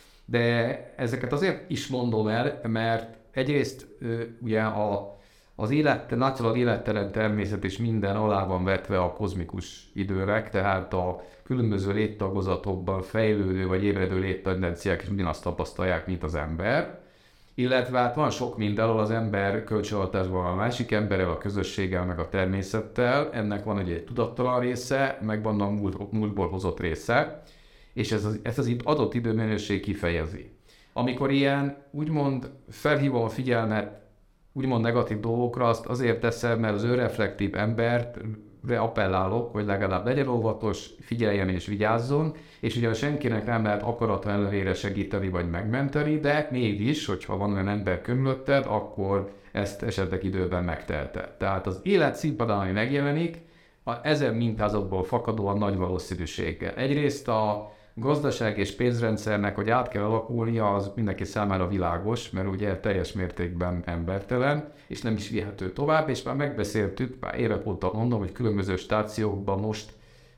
de ezeket azért is mondom el, mert egyrészt ugye a Az élet, natural élettelen természet és minden alá van vetve a kozmikus időnek, tehát a különböző léttagozatokban fejlődő vagy ébredő léttendenciák is ugyanazt tapasztalják, mint az ember. Illetve hát van sok minden, ahol az ember kölcsönhatásban van a másik emberrel, a közösséggel, meg a természettel. Ennek van egy tudattalan része, meg van a múlt, múltból hozott része, és ez az, ez az adott időminőség kifejezi. Amikor ilyen úgymond felhívom a figyelmet úgymond negatív dolgokra, azt azért teszem, mert az önreflektív emberre appellálok, hogy legalább legyen óvatos, figyeljen és vigyázzon, és ugye senkinek nem lehet akarata ellenére segíteni vagy megmenteni, de mégis, hogyha van olyan ember körülötted, akkor ezt esetleg időben megteheted. Tehát az élet színpadán, ami megjelenik, a ezen mintázatból fakadóan nagy valószínűséggel. Egyrészt a gazdaság és pénzrendszernek, hogy át kell alakulnia, az mindenki számára világos, mert ugye teljes mértékben embertelen, és nem is vihető tovább, és már megbeszéltük, már évek óta mondom, hogy különböző stációkban most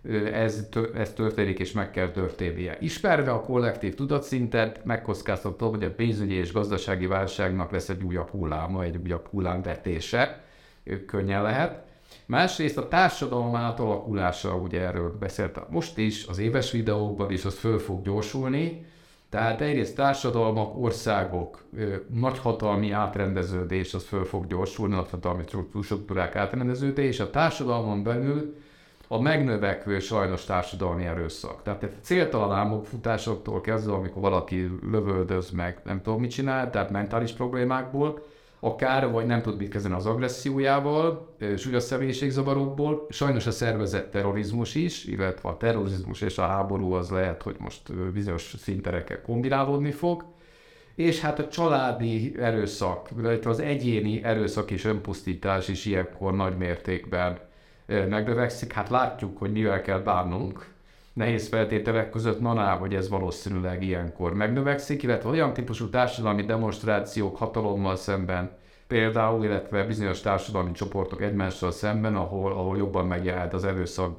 ez, ez történik, és meg kell történnie. Ismerve a kollektív tudatszintet, megkockáztatom, hogy a pénzügyi és gazdasági válságnak lesz egy újabb hulláma, egy újabb hullámvetése, könnyen lehet. Másrészt a társadalom átalakulása, ugye erről beszéltem most is, az éves videókban is, az föl fog gyorsulni. Tehát egyrészt társadalmak, országok, nagyhatalmi átrendeződés, az föl fog gyorsulni, nagyhatalmi struktúrák átrendeződés, a társadalmon belül a megnövekvő sajnos társadalmi erőszak. Tehát céltalan álmokfutásoktól kezdve, amikor valaki lövöldöz meg, nem tudom mit csinál, tehát mentális problémákból, akár, vagy nem tud mit kezdeni az agressziójával, súlyos személyiségzavarokból, sajnos a szervezett terrorizmus is, illetve a terrorizmus és a háború az lehet, hogy most bizonyos szinterekkel kombinálódni fog, és hát a családi erőszak, illetve az egyéni erőszak és önpusztítás is ilyenkor nagy mértékben megnövekszik. Hát látjuk, hogy mivel kell bánnunk nehéz feltételek között, naná, hogy ez valószínűleg ilyenkor megnövekszik, illetve olyan típusú társadalmi demonstrációk hatalommal szemben, például, illetve bizonyos társadalmi csoportok egymással szemben, ahol, ahol jobban megjelent az erőszak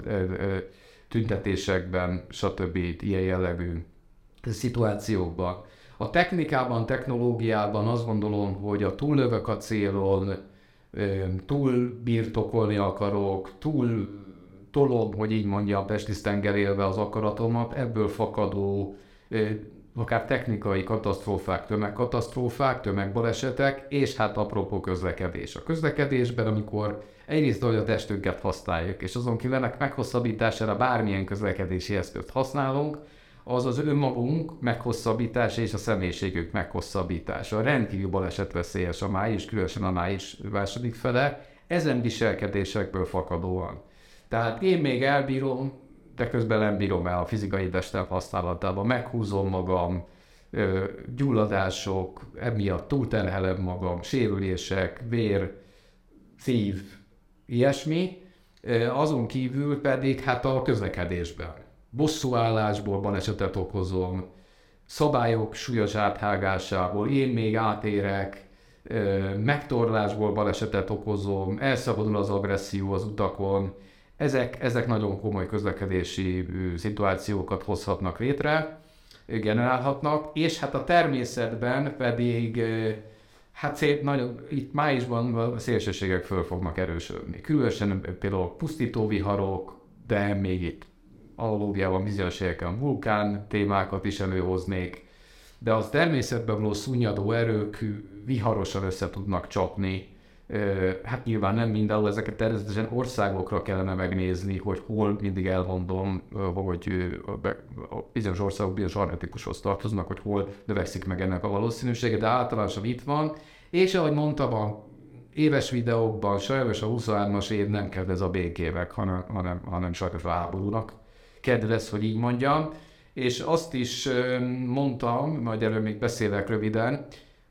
tüntetésekben, stb. Ilyen jellegű szituációkban. A technikában, technológiában azt gondolom, hogy a túllövök a célon, túl birtokolni akarok, túl tolom, hogy így mondjam, testtisztengel élve az akaratomat, ebből fakadó akár technikai katasztrófák, tömegkatasztrófák, tömegbalesetek, és hát apropó közlekedés. A közlekedésben, amikor egyrészt, hogy a testünket használjuk, és azon kívül ennek meghosszabbítására bármilyen közlekedési eszközt használunk, az az önmagunk meghosszabbítása és a személyiségük meghosszabbítása. Rendkívül balesetveszélyes a máj, és különösen a május második fele, ezen viselkedésekből fakadóan. Tehát én még elbírom, de közben nem bírom el a fizikai testem használatában, meghúzom magam, gyulladások, emiatt túlterhelem magam, sérülések, vér, szív, ilyesmi. Azon kívül pedig hát a közlekedésben. Bosszúállásból balesetet okozom, szabályok súlyos áthágásából én még átérek, megtorlásból balesetet okozom, elszabadul az agresszió az utakon. Ezek, ezek nagyon komoly közlekedési szituációkat hozhatnak létre, generálhatnak, és hát a természetben pedig hát szép, nagyon, itt májusban a szélsőségek föl fognak erősödni. Különösen például pusztító viharok, de még itt analógiában bizonyos helyeken vulkán témákat is előhoznék, de az természetben való szunnyadó erők viharosan össze tudnak csapni. Hát nyilván nem mindenhol, ezeket természetesen országokra kellene megnézni, hogy hol, mindig elmondom, hogy a bizonyos országok bizonyos archetikushoz tartoznak, hogy hol növekszik meg ennek a valószínűsége, de általánosan itt van, és ahogy mondtam a éves videókban, sajnos a huszonhármas év nem kedvez a békének, hanem, hanem, hanem sajnos a háborúnak kedvez, hogy így mondjam, és azt is mondtam, majd erről még beszélek röviden,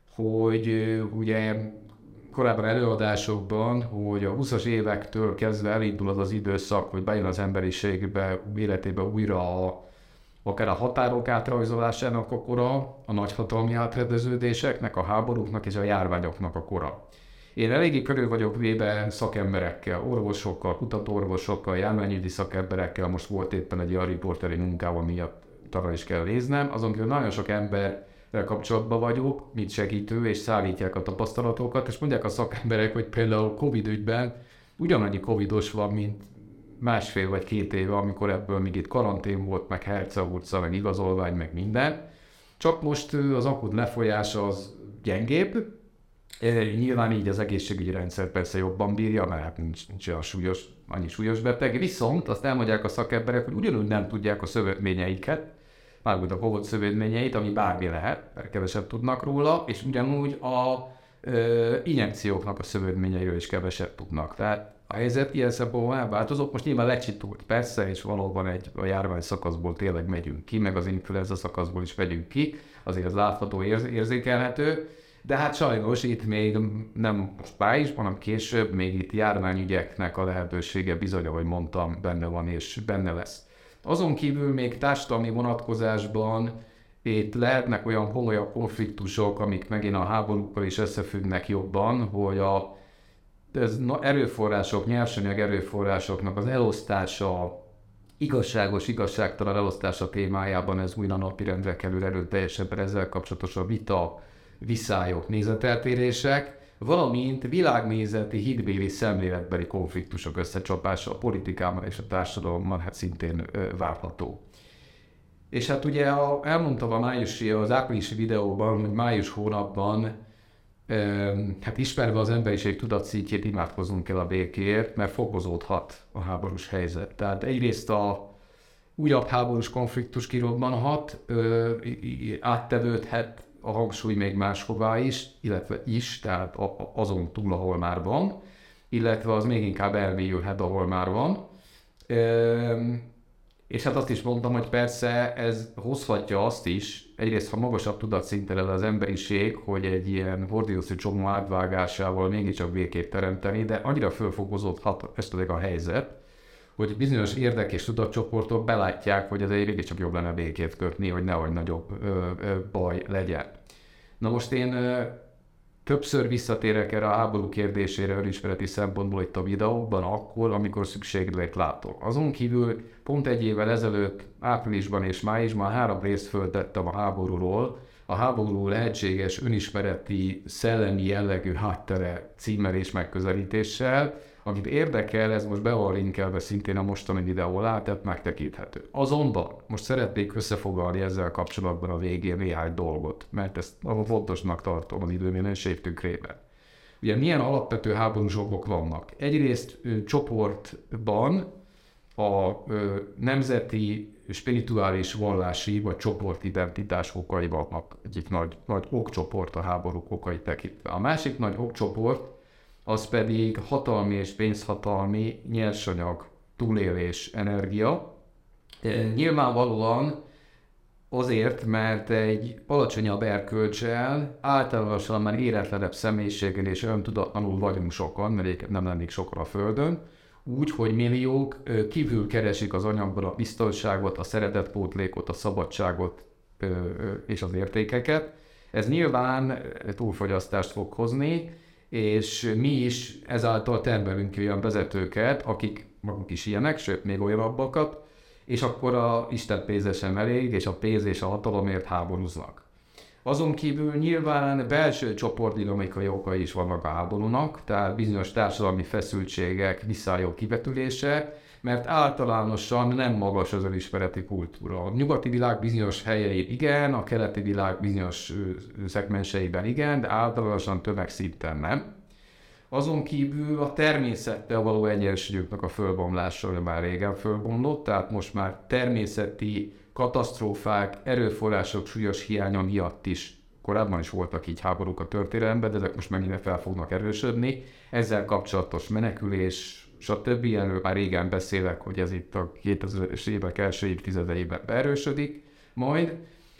hogy ugye korábban előadásokban, hogy a huszas évektől kezdve elindul az az időszak, hogy bejön az emberiségbe, életébe újra a, akár a határok átrajzolásának a kora, a nagyhatalmi átrendeződéseknek, a háborúknak és a járványoknak a kora. Én eléggé körül vagyok véve szakemberekkel, orvosokkal, kutatóorvosokkal, járványügyi szakemberekkel, most volt éppen egy ilyen riporteri munkával miatt arra is kell néznem, azon kívül nagyon sok ember kapcsolatban vagyok, mint segítő, és szállítják a tapasztalatokat, és mondják a szakemberek, hogy például Covid ügyben ugyanannyi covidos van, mint másfél vagy két éve, amikor ebből még itt karantén volt, meg herceurca, meg igazolvány, meg minden. Csak most az akut lefolyás az gyengébb, nyilván így az egészségügyi rendszer persze jobban bírja, mert hát nincs, nincs olyan súlyos, annyi súlyos beteg, viszont azt elmondják a szakemberek, hogy ugyanúgy nem tudják a szövődményeiket, mármint a Covid szövődményeit, ami bármi lehet, mert kevesebb tudnak róla, és ugyanúgy a ö, injekcióknak a szövődményeiről is kevesebb tudnak. Tehát a helyzet ilyen szempontból elváltozott, most nyilván lecsitult persze, és valóban egy a járvány szakaszból tényleg megyünk ki, meg az influenza szakaszból is megyünk ki, azért az látható, érz, érzékelhető, de hát sajnos itt még nem most májusban, hanem később még itt járványügyeknek a lehetősége bizony, ahogy mondtam, benne van és benne lesz. Azon kívül még társadalmi vonatkozásban itt lehetnek olyan komolyabb konfliktusok, amik megint a háborúkkal is összefüggnek jobban, hogy a ez erőforrások, nyersanyag erőforrásoknak az elosztása, igazságos, igazságtalan elosztása témájában ez újra napirendre kerül erőteljesebben, ezzel kapcsolatos a vita, viszályok, nézeteltérések, valamint világnézeti, hitbéli, szemléletbeli konfliktusok összecsapása a politikában és a társadalomban hát szintén ö, várható. És hát ugye a, elmondtam a májusi, az áprilisi videóban, hogy május hónapban ö, hát ismerve az emberiség tudatszintjét imádkoznunk kell a békéért, mert fokozódhat a háborús helyzet. Tehát egyrészt a újabb háborús konfliktus kirobbanhat, ö, áttevődhet a hangsúly még máshová is, illetve is, tehát azon túl, ahol már van, illetve az még inkább elmélyülhet, ahol már van. És hát azt is mondtam, hogy persze ez hozhatja azt is, egyrészt ha magasabb tudatszinten el az emberiség, hogy egy ilyen Gordiuszi csomó átvágásával mégiscsak békét teremteni, de annyira fölfokozódhat esetleg a helyzet, hogy bizonyos érdek és tudatcsoportok belátják, hogy azért mégiscsak jobb lenne békét kötni, hogy nehogy nagyobb ö, ö, baj legyen. Na most én ö, többször visszatérek erre a háború kérdésére önismereti szempontból itt a videóban, akkor, amikor szükséglet látok. Azon kívül pont egy évvel ezelőtt, áprilisban és májusban három részt föltettem a háborúról, a háború lehetséges önismereti, szellemi jellegű háttere címmel és megközelítéssel, Akit érdekel, ez most be van linkelve szintén a mostani videó alá, tehát megtekinthető. Azonban most szeretnék összefoglalni ezzel kapcsolatban a végén néhány dolgot, mert ezt fontosnak tartom az időminőség tükrében. Ugye milyen alapvető háborús okok vannak? Egyrészt ö, csoportban a ö, nemzeti, spirituális, vallási vagy csoportidentitás okai vannak. Egyik nagy, nagy okcsoport a háborúk okai tekintve. A másik nagy okcsoport az pedig hatalmi és pénzhatalmi, nyersanyag, túlélés, energia. E, nyilvánvalóan azért, mert egy alacsonyabb erkölcsel, általánosan már éretlenebb személyiséggel és öntudatlanul vagyunk sokan, mert nem lennék sokan a Földön, úgy, hogy milliók kívül keresik az anyagban a biztonságot, a szeretetpótlékot, a szabadságot és az értékeket. Ez nyilván túlfogyasztást fog hozni, és mi is ezáltal termelünk olyan vezetőket, akik maguk is ilyenek, sőt még olyanabbakat, és akkor a Isten pénze sem elég, és a pénz és a hatalomért háborúznak. Azon kívül nyilván belső csoportdinamikai okai is vannak a háborúnak, tehát bizonyos társadalmi feszültségek, visszályok kivetülése, mert általánosan nem magas az önismereti kultúra. A nyugati világ bizonyos helyein igen, a keleti világ bizonyos szegmenseiben igen, de általánosan tömegszinten nem. Azon kívül a természettel való egyensúlyoknak a fölbomlása már régen fölbomlott, tehát most már természeti katasztrófák, erőforrások súlyos hiánya miatt is, korábban is voltak így háborúk a történelemben, de ezek most megint fel fognak erősödni. Ezzel kapcsolatos menekülés, stb. Erről már régen beszélek, hogy ez itt a kétezres évek első évtizedeiben beerősödik majd,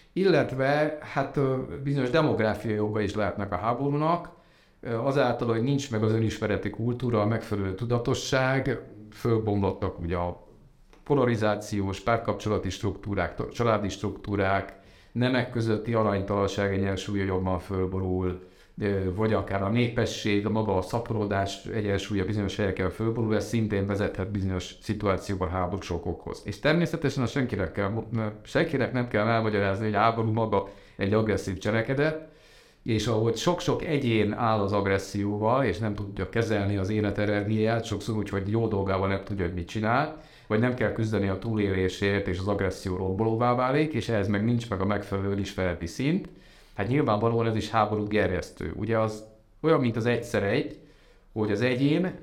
illetve hát bizonyos demográfiai oka is lehetnek a háborúnak, azáltal, hogy nincs meg az önismereti kultúra, a megfelelő tudatosság, fölbomlottak ugye a polarizációs, párkapcsolati struktúrák, családi struktúrák, nemek közötti aránytalanság egyensúlya jobban fölborul, vagy akár a népesség, a maga a szaporodás egyensúlya bizonyos helyeken fölborul, ez szintén vezethet bizonyos szituációban háborús okokhoz. És természetesen a senkinek, kell, senkinek nem kell elmagyarázni, hogy háború maga egy agresszív cselekedet, és ahogy sok-sok egyén áll az agresszióval, és nem tudja kezelni az életenergiát, sokszor úgy, hogy jó dolgával nem tudja, hogy mit csinál, vagy nem kell küzdeni a túlélésért, és az agresszió rombolóvá válik, és ehhez meg nincs meg a megfelelő ismereti szint, hát nyilvánvalóan ez is háború gerjesztő. Ugye az olyan, mint az egyszer egy, hogy az egyén,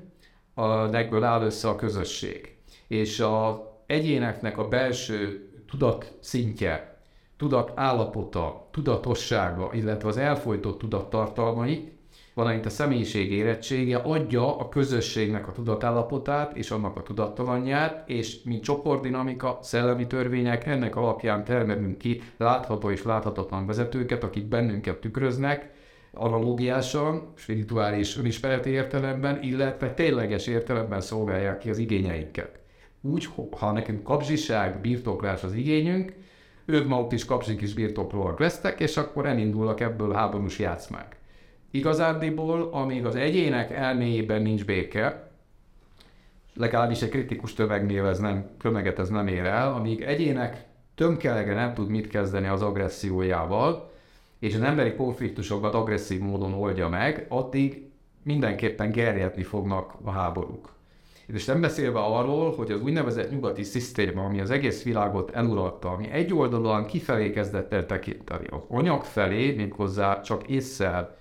a legből áll össze a közösség. És az egyéneknek a belső tudat szintje, tudat állapota, tudatossága, illetve az elfojtott tudattartalmai, valamint a személyiség érettsége adja a közösségnek a tudatállapotát és annak a tudattalanját, és mint csoportdinamika, szellemi törvények, ennek alapján termelünk ki látható és láthatatlan vezetőket, akik bennünket tükröznek, analógiásan, spirituális önismereti értelemben, illetve tényleges értelemben szolgálják ki az igényeinket. Úgy, ha nekünk kapzsiság, birtoklás az igényünk, ők maguk is kapzsik is birtoklóak lesznek, és akkor elindulnak ebből háborús játszmák. Igazándiból, amíg az egyének elméjében nincs béke, legalábbis egy kritikus tömegnél ez nem, tömeget ez nem ér el, amíg egyének tömkelege nem tud mit kezdeni az agressziójával, és az emberi konfliktusokat agresszív módon oldja meg, addig mindenképpen gerjedni fognak a háborúk. És nem beszélve arról, hogy az úgynevezett nyugati szisztéma, ami az egész világot eluralta, ami egyoldalúan kifelé kezdett el tekinteni, az anyag felé, méghozzá csak ésszel,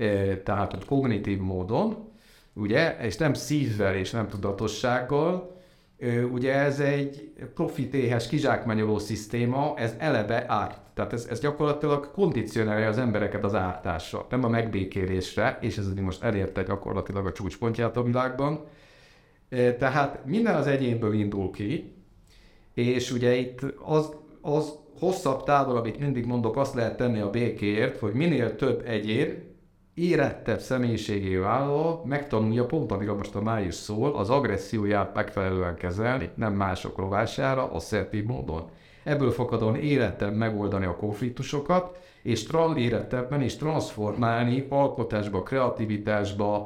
tehát hogy kognitív módon, ugye, és nem szívvel és nem tudatossággal, ugye ez egy profitéhes kizsákmányoló szisztéma, ez eleve árt. Tehát ez, ez gyakorlatilag kondicionálja az embereket az ártásra, nem a megbékélésre, és ez most elérte gyakorlatilag a csúcspontját a világban. Tehát minden az egyénből indul ki, és ugye itt az, az hosszabb távol, amit mindig mondok, azt lehet tenni a békéért, hogy minél több egyén, érettebb személyiségé válva megtanulja pont, amire most a május szól, az agresszióját megfelelően kezelni, nem mások rovására, asszertív módon. Ebből fakadóan érettebb megoldani a konfliktusokat, és érettebben is transformálni alkotásba, kreativitásba,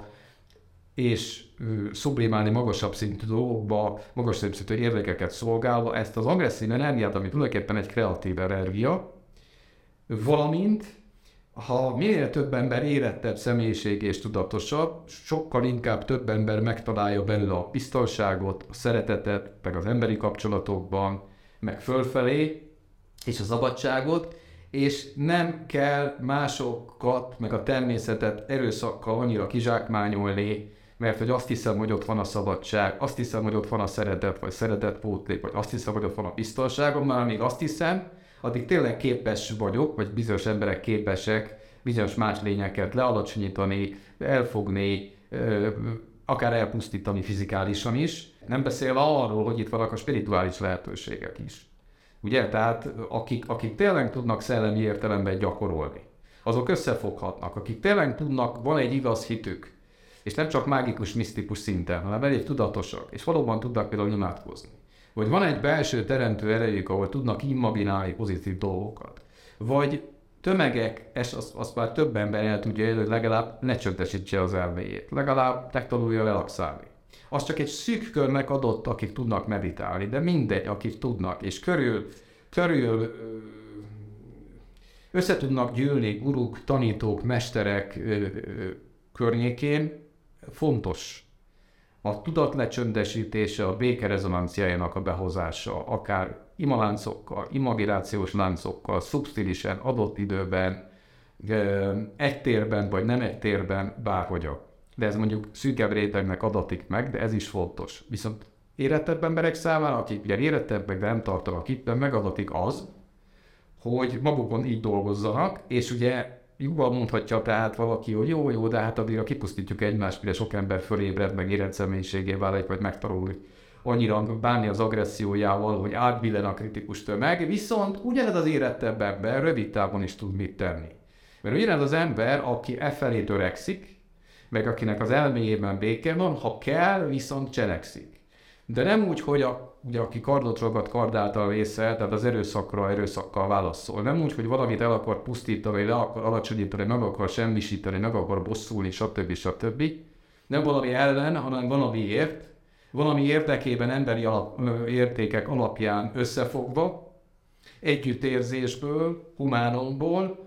és ö, sublimálni magasabb szintű dolgokba, magasabb szintű érdekeket szolgálva ezt az agresszív energiát, ami tulajdonképpen egy kreatív energia, valamint Ha minél több ember érettebb személyiség és tudatosabb, sokkal inkább több ember megtalálja belőle a biztonságot, a szeretetet, meg az emberi kapcsolatokban, meg fölfelé, és a szabadságot, és nem kell másokat, meg a természetet erőszakkal annyira kizsákmányolni, mert hogy azt hiszem, hogy ott van a szabadság, azt hiszem, hogy ott van a szeretet, vagy szeretetpótlék, vagy azt hiszem, hogy ott van a biztonságom, már még azt hiszem, addig tényleg képes vagyok, vagy bizonyos emberek képesek bizonyos más lényeket lealacsonyítani, elfogni, akár elpusztítani fizikálisan is. Nem beszélve arról, hogy itt vannak a spirituális lehetőségek is. Ugye? Tehát akik, akik tényleg tudnak szellemi értelemben gyakorolni, azok összefoghatnak, akik tényleg tudnak, van egy igaz hitük, és nem csak mágikus, misztikus szinten, hanem elég tudatosak, és valóban tudnak például imádkozni. Vagy van egy belső teremtő erejük, ahol tudnak imaginálni pozitív dolgokat. Vagy tömegek, és azt, azt már több ember el tudja, hogy legalább ne csöntesítse az elméjét, legalább megtanulja relaxálni. Az csak egy szűk körnek adott, akik tudnak meditálni, de mindegy, akik tudnak, és körül, körül össze tudnak gyűlni guruk, tanítók, mesterek környékén, fontos. A tudat lecsöndesítése, a béke rezonanciájának a behozása, akár imaláncokkal, imaginációs láncokkal, szubsztilisen, adott időben, egy térben vagy nem egy térben, bárhogyan. De ez mondjuk szűkebb rétegnek adatik meg, de ez is fontos. Viszont érettebb emberek számára, akik ugye érettebbek, de nem tartanak itt, megadatik az, hogy magukon így dolgozzanak, és ugye jobban mondhatja tehát valaki, hogy jó, jó, de hát addigra kipusztítjuk egymást, mire sok ember fölébred, meg érett személyiségé válik, vagy megtanul annyira bánni az agressziójával, hogy átbillen a kritikus tömeg, viszont ugyanez az érettebb ember rövid távon is tud mit tenni. Mert ugyanez az ember, aki e felé törekszik, meg akinek az elméjében béke van, ha kell, viszont cselekszik. De nem úgy, hogy a, ugye, aki kardot ragad, kard által vészel, tehát az erőszakra erőszakkal válaszol. Nem úgy, hogy valamit el akar pusztítani, le akar alacsonyítani, meg akar semmisítani, meg akar bosszulni, stb. stb. Nem valami ellen, hanem valamiért, valami érdekében emberi alap, értékek alapján összefogva, együttérzésből, humánumból,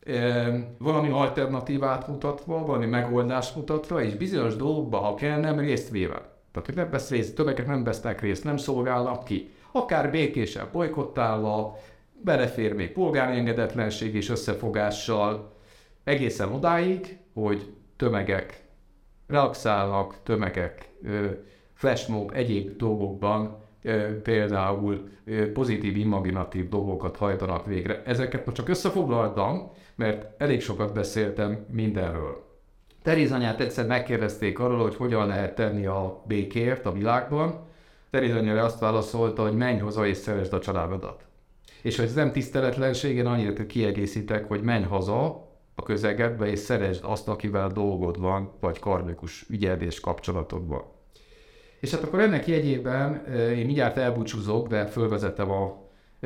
valami alternatívát mutatva, valami megoldást mutatva, és bizonyos dolgokban, ha kell, nem részt véve. Tehát, hogy nem vesz részt, többekek nem vesznek részt, nem szolgálnak ki. Akár békésen bolykottálva, belefér még polgári engedetlenség és összefogással, egészen odáig, hogy tömegek relaxálnak, tömegek flashmob egyéb dolgokban, például pozitív, imaginatív dolgokat hajtanak végre. Ezeket most csak összefoglaltam, mert elég sokat beszéltem mindenről. Teréz anyát egyszer megkérdezték arról, hogy hogyan lehet tenni a békért a világban. Teréz anyára azt válaszolta, hogy menj haza és szeresd a családodat. És hogy ez nem tiszteletlenség, én annyit kiegészítek, hogy menj haza a közegedbe és szeresd azt, akivel dolgod van, vagy karmikus ügyed és kapcsolatod van. És hát akkor ennek jegyében én mindjárt elbúcsúzok, de fölvezetem a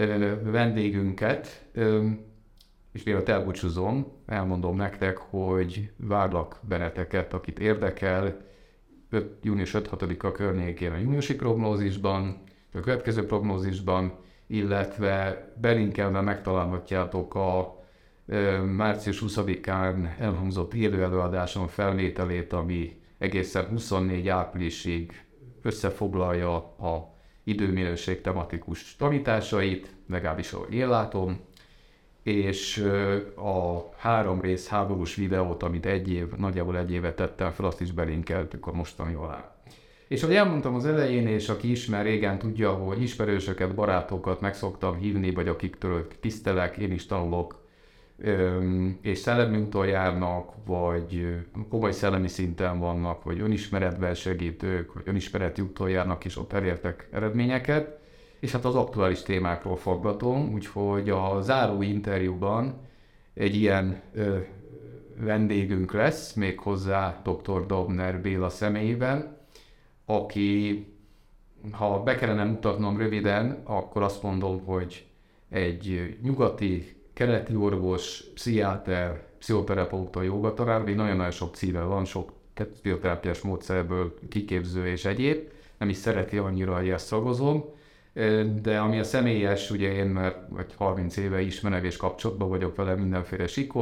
vendégünket, és mielőtt elbúcsúzom, elmondom nektek, hogy várlak benneteket, akit érdekel, június ötödik-hatodika környékén a júniusi prognózisban, a következő prognózisban, illetve belinkelve megtalálhatjátok a március huszadikán elhangzott élő előadáson felvételét, ami egészen huszonnégy áprilisig összefoglalja a időminőség tematikus tanításait, legalábbis ahogy én látom, és a három rész háborús videót, amit egy év, nagyjából egy évet tettem fel, azt is belinkeltük a mostani alá. És ahogy elmondtam az elején, és aki ismer régen tudja, hogy ismerősöket, barátokat meg szoktam hívni, vagy akiktől tisztelek, én is tanulok, és szellemi úton járnak, vagy komoly szellemi szinten vannak, vagy önismeretben segítők, vagy önismereti úton járnak, és ott elértek eredményeket. És hát az aktuális témákról faggatom, úgyhogy a záró interjúban egy ilyen ö, vendégünk lesz, méghozzá doktor Dobner Béla személyében, aki, ha be kellene mutatnom röviden, akkor azt mondom, hogy egy nyugati, keleti orvos, pszichiáter, pszichoterapeuta, jogatanár, még nagyon-nagyon sok címe van, sok pszichoterápiás módszerből kiképző és egyéb, nem is szereti annyira, hogy ezt szagozom, de ami a személyes, ugye én már vagy harminc éve ismerek és kapcsolatban vagyok vele mindenféle sikon,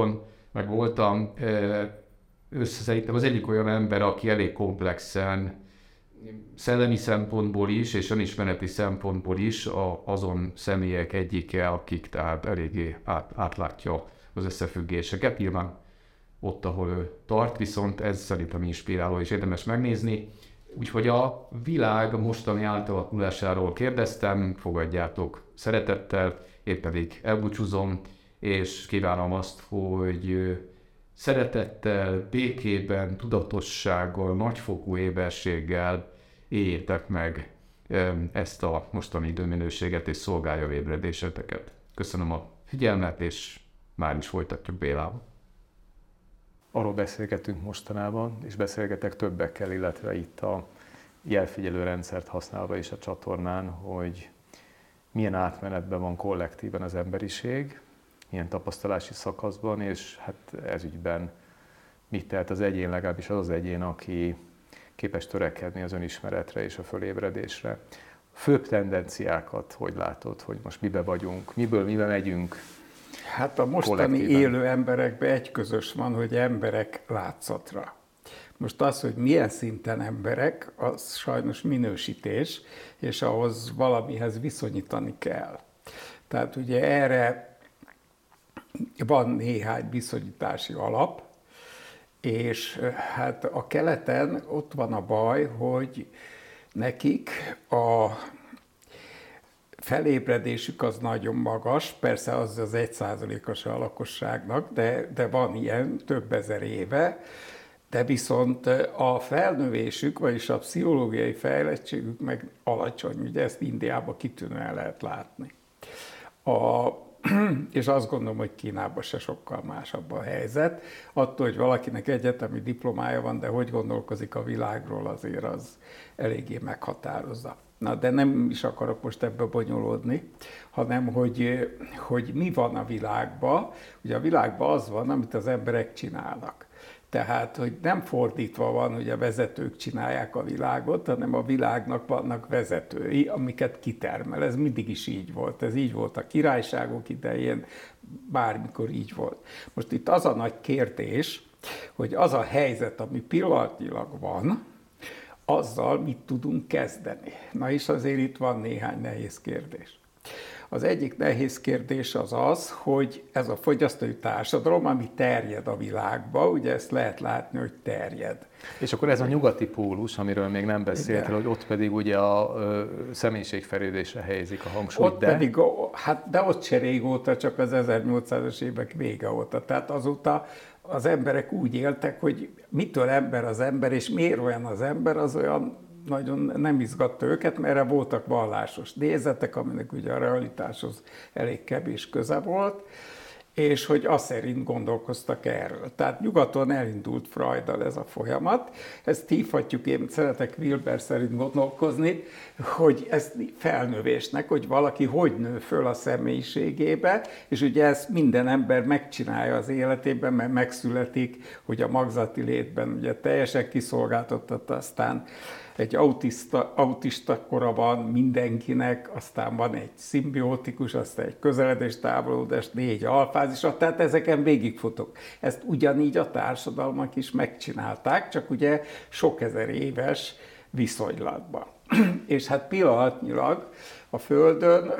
meg voltam, össze szerintem az egyik olyan ember, aki elég komplexen, szellemi szempontból is, és önismereti szempontból is a, azon személyek egyike, akik tehát eléggé át, átlátja az összefüggéseket. Nyilván ott, ahol ő tart, viszont ez szerintem inspiráló és érdemes megnézni. Úgyhogy a világ mostani átalakulásáról kérdeztem, fogadjátok szeretettel, én pedig elbúcsúzom, és kívánom azt, hogy szeretettel, békében, tudatossággal, nagyfokú éberséggel éljétek meg ezt a mostani időminőséget, és szolgálja ébredéseteket. Köszönöm a figyelmet, és már is folytatjuk Bélával. Arról beszélgetünk mostanában, és beszélgetek többekkel, illetve itt a jelfigyelő rendszert használva is a csatornán, hogy milyen átmenetben van kollektíven az emberiség, milyen tapasztalási szakaszban, és hát ez ügyben mit tehet az egyén, legalábbis az az egyén, aki képes törekedni az önismeretre és a fölébredésre. Főbb tendenciákat, hogy látod, hogy most mibe vagyunk, miből mibe megyünk? Hát a mostani élő emberekben egy közös van, hogy emberek látszatra. Most az, hogy milyen szinten emberek, az sajnos minősítés, és ahhoz valamihez viszonyítani kell. Tehát ugye erre van néhány viszonyítási alap, és hát a keleten ott van a baj, hogy nekik a felébredésük az nagyon magas, persze az az egy százalékos a lakosságnak, de, de van ilyen több ezer éve, de viszont a felnövésük, vagyis a pszichológiai fejlettségük meg alacsony, ugye ezt Indiában kitűnően lehet látni. A, és azt gondolom, hogy Kínában se sokkal másabb a helyzet. Attól, hogy valakinek egyetemi diplomája van, de hogy gondolkozik a világról, azért az eléggé meghatározza. Na, de nem is akarok most ebbe bonyolódni, hanem hogy, hogy mi van a világban. Ugye a világban az van, amit az emberek csinálnak. Tehát, hogy nem fordítva van, hogy a vezetők csinálják a világot, hanem a világnak vannak vezetői, amiket kitermel. Ez mindig is így volt. Ez így volt a királyságok idején, bármikor így volt. Most itt az a nagy kérdés, hogy az a helyzet, ami pillanatnyilag van, azzal mit tudunk kezdeni. Na és azért itt van néhány nehéz kérdés. Az egyik nehéz kérdés az az, hogy ez a fogyasztói társadalom, ami terjed a világba, ugye ezt lehet látni, hogy terjed. És akkor ez a nyugati pólus, amiről még nem beszéltél, hogy ott pedig ugye a személyiségfejlődésre helyezik a hangsúlyt. Ott de... pedig, hát de ott se régóta, csak az ezernyolcszázas évek vége óta. Tehát azóta az emberek úgy éltek, hogy mitől ember az ember, és miért olyan az ember, az olyan nagyon nem izgatta őket, mert erre voltak vallásos nézetek, aminek ugye a realitáshoz elég kevés köze volt, és hogy azt szerint gondolkoztak erről. Tehát nyugaton elindult Freuddal ez a folyamat, ezt hívhatjuk, én szeretek Wilber szerint gondolkozni, hogy ezt felnövésnek, hogy valaki hogy nő föl a személyiségébe, és ugye ezt minden ember megcsinálja az életében, mert megszületik, hogy a magzati létben ugye teljesen kiszolgáltatott, aztán egy autista, autista kora van mindenkinek, aztán van egy szimbiotikus, aztán egy közeledés, távolodás, négy alfázis, tehát ezeken végigfutok. Ezt ugyanígy a társadalmak is megcsinálták, csak ugye sok ezer éves viszonylatban. És hát pillanatnyilag a Földön,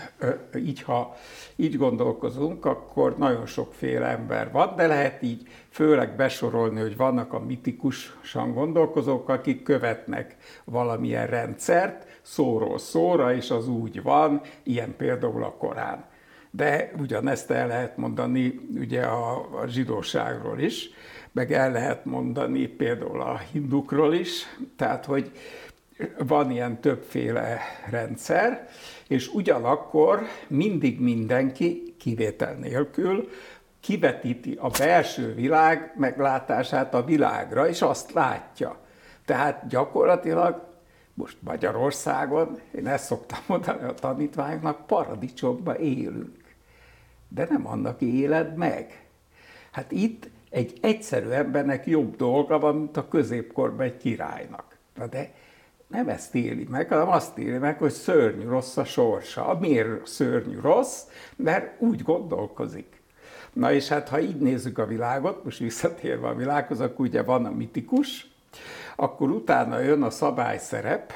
így ha így gondolkozunk, akkor nagyon sokféle ember van, de lehet így főleg besorolni, hogy vannak a mitikusan gondolkozók, akik követnek valamilyen rendszert, szóról szóra, és az úgy van, ilyen például a Korán. De ugyanezt el lehet mondani ugye a, a zsidóságról is, meg el lehet mondani például a hindukról is, tehát hogy van ilyen többféle rendszer, és ugyanakkor mindig mindenki, kivétel nélkül, kivetíti a belső világ meglátását a világra, és azt látja. Tehát gyakorlatilag most Magyarországon, én ezt szoktam mondani a tanítványoknak, paradicsomban élünk. De nem annak éled meg. Hát itt egy egyszerű embernek jobb dolga van, mint a középkorban egy királynak. Na de nem ezt éli meg, hanem azt éli meg, hogy szörnyű rossz a sorsa. Miért szörnyű rossz? Mert úgy gondolkozik. Na és hát, ha így nézzük a világot, most visszatérve a világhoz, akkor ugye van a mitikus, akkor utána jön a szabályszerep.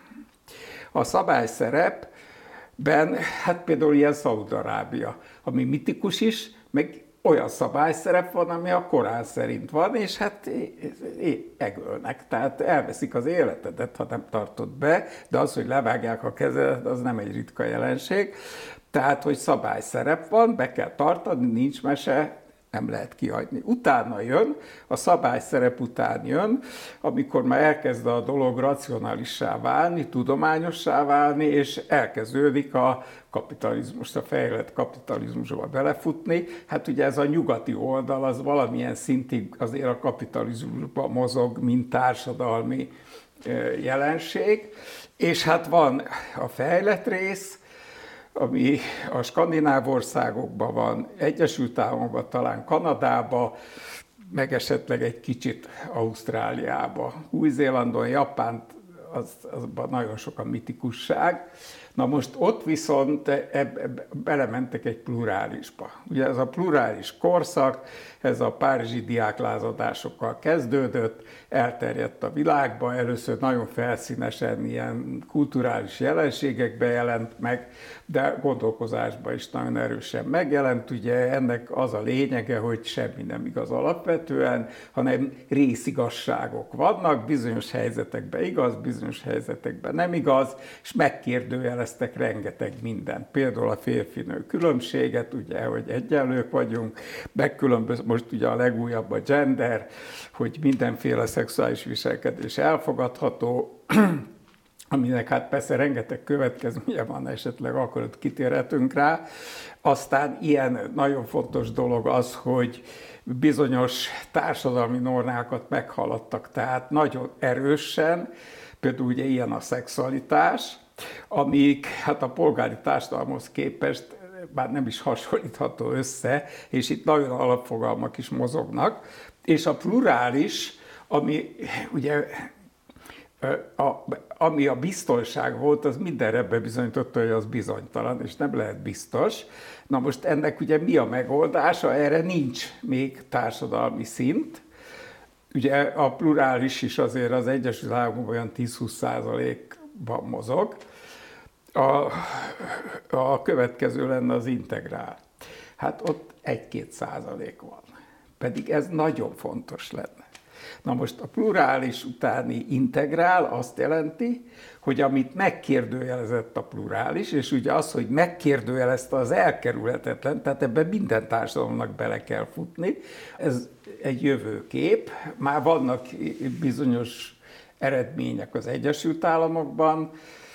A szabályszerepben, hát például ilyen Szaúd-Arábia, ami mitikus is, meg olyan szabályszerep van, ami a Korán szerint van, és hát egölnek, tehát elveszik az életedet, ha nem tartod be, de az, hogy levágják a kezedet, az nem egy ritka jelenség. Tehát, hogy szabályszerep van, be kell tartani, nincs mese, nem lehet kihagyni. Utána jön, a szabályszerep után jön, amikor már elkezd a dolog racionálissá válni, tudományossá válni, és elkezdődik a kapitalizmus, a fejlett kapitalizmusba belefutni. Hát ugye ez a nyugati oldal, az valamilyen szintig azért a kapitalizmusban mozog, mint társadalmi jelenség. És hát van a fejlett rész, ami a skandináv országokban van, Egyesült Államokban, talán Kanadában, meg esetleg egy kicsit Ausztráliában. Új-Zélandon, Japánt, az, azban nagyon sok a mitikusság. Na most ott viszont eb, eb, belementek egy plurálisba. Ugye ez a plurális korszak, ez a párizsi diáklázadásokkal kezdődött, elterjedt a világba, először nagyon felszínesen ilyen kulturális jelenségekbe jelent meg, de gondolkozásban is nagyon erősen megjelent. Ugye ennek az a lényege, hogy semmi nem igaz alapvetően, hanem részigazságok vannak, bizonyos helyzetekben igaz, bizonyos helyzetekben nem igaz, és megkérdőjeleztek rengeteg mindent. Például a férfi-nő különbséget, ugye, hogy egyenlők vagyunk, megkülönböz, most ugye a legújabb a gender, hogy mindenféle szexuális viselkedés elfogadható, aminek hát persze rengeteg következménye van, esetleg akkor ott kitérhetünk rá. Aztán ilyen nagyon fontos dolog az, hogy bizonyos társadalmi normákat meghaladtak, tehát nagyon erősen, például ugye ilyen a szexualitás, amik hát a polgári társadalomhoz képest már nem is hasonlítható össze, és itt nagyon alapfogalmak is mozognak, és a plurális, ami ugye a, ami a biztonság volt, az mindenre bebizonyította, hogy az bizonytalan, és nem lehet biztos. Na most ennek ugye mi a megoldása? Erre nincs még társadalmi szint. Ugye a plurális is azért az Egyesült Államokban olyan tíz-húsz százalékban mozog. A, a következő lenne az integrál. Hát ott egy-két százalék van. Pedig ez nagyon fontos lenne. Na most a plurális utáni integrál azt jelenti, hogy amit megkérdőjelezett a plurális, és ugye az, hogy megkérdőjelezte, az elkerülhetetlen, tehát ebben minden társadalomnak bele kell futni. Ez egy jövőkép. Már vannak bizonyos eredmények az Egyesült Államokban,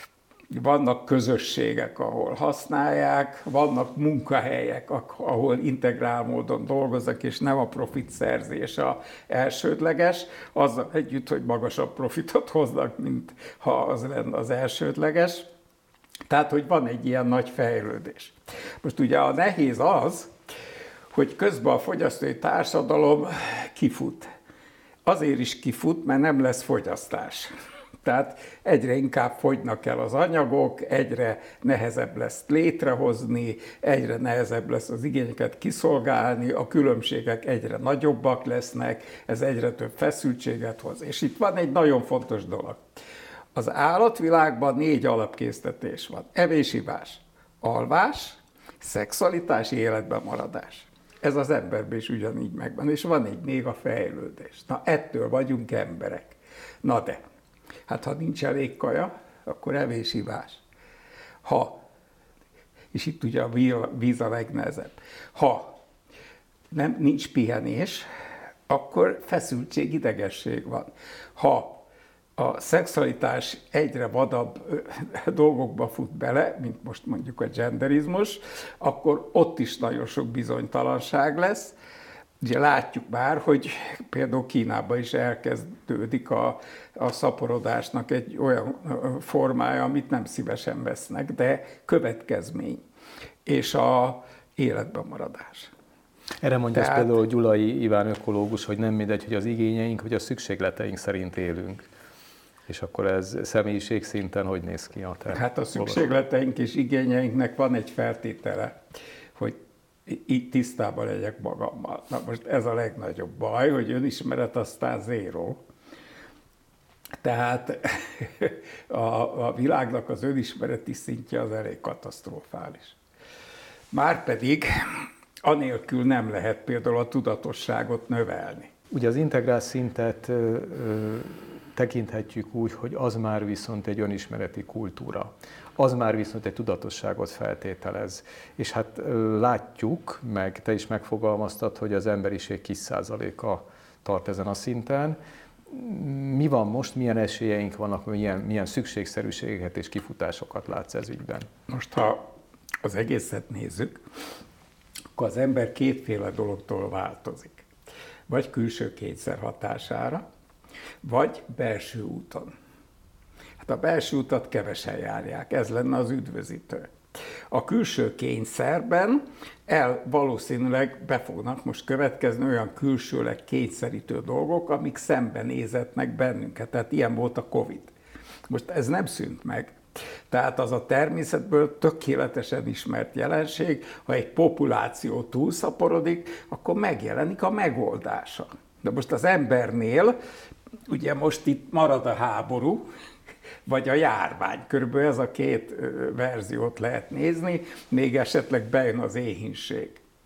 vannak közösségek, ahol használják, vannak munkahelyek, ahol integrál módon dolgoznak, és nem a profit szerzés a elsődleges, azzal együtt, hogy magasabb profitot hoznak, mint ha az lenne az elsődleges. Tehát, hogy van egy ilyen nagy fejlődés. Most ugye a nehéz az, hogy közben a fogyasztói társadalom kifut. Azért is kifut, mert nem lesz fogyasztás. Tehát egyre inkább fogynak el az anyagok, egyre nehezebb lesz létrehozni, egyre nehezebb lesz az igényeket kiszolgálni, a különbségek egyre nagyobbak lesznek, ez egyre több feszültséget hoz. És itt van egy nagyon fontos dolog. Az állatvilágban négy alapkésztetés van. Evés-ivás, alvás, szexualitás, életben maradás. Ez az emberben is ugyanígy megvan, és van egy még a fejlődés. Na, ettől vagyunk emberek. Na de... Hát ha nincs elég kaja, akkor evés-ivás. Ha, és itt ugye a víz a legnehezebb, ha nem, nincs pihenés, akkor feszültség, idegesség van. Ha a szexualitás egyre vadabb dolgokba fut bele, mint most mondjuk a genderizmus, akkor ott is nagyon sok bizonytalanság lesz. Ugye látjuk már, hogy például Kínában is elkezdődik a, a szaporodásnak egy olyan formája, amit nem szívesen vesznek, de következmény, és a életben maradás. Erre mondja Tehát... például Gyulai Iván ökológus, hogy nem mindegy, hogy az igényeink vagy a szükségleteink szerint élünk. És akkor ez személyiség szinten hogy néz ki a terv? Hát a szükségleteink és igényeinknek van egy feltétele, hogy itt tisztában legyek magammal. Na most ez a legnagyobb baj, hogy önismeret aztán zéró. Tehát a, a világnak az önismereti szintje az elég katasztrofális. Márpedig anélkül nem lehet például a tudatosságot növelni. Ugye az integrál szintet ö, ö, tekinthetjük úgy, hogy az már viszont egy önismereti kultúra. Az már viszont egy tudatosságot feltételez. És hát ö, látjuk, meg te is megfogalmaztad, hogy az emberiség kis százaléka tart ezen a szinten. Mi van most, milyen esélyeink vannak, milyen, milyen szükségszerűségeket és kifutásokat látsz ez ügyben? Most, ha az egészet nézzük, akkor az ember kétféle dologtól változik. Vagy külső kényszer hatására, vagy belső úton. Hát a belső utat kevesen járják, ez lenne az üdvözítő. A külső kényszerben el valószínűleg be fognak most következni olyan külsőleg kényszerítő dolgok, amik szembenézetnek bennünket. Tehát ilyen volt a Covid. Most ez nem szűnt meg. Tehát az a természetből tökéletesen ismert jelenség, ha egy populáció túlszaporodik, akkor megjelenik a megoldása. De most az embernél, ugye most itt marad a háború, vagy a járvány. Körülbelül ez a két verziót lehet nézni, még esetleg bejön az éhínség.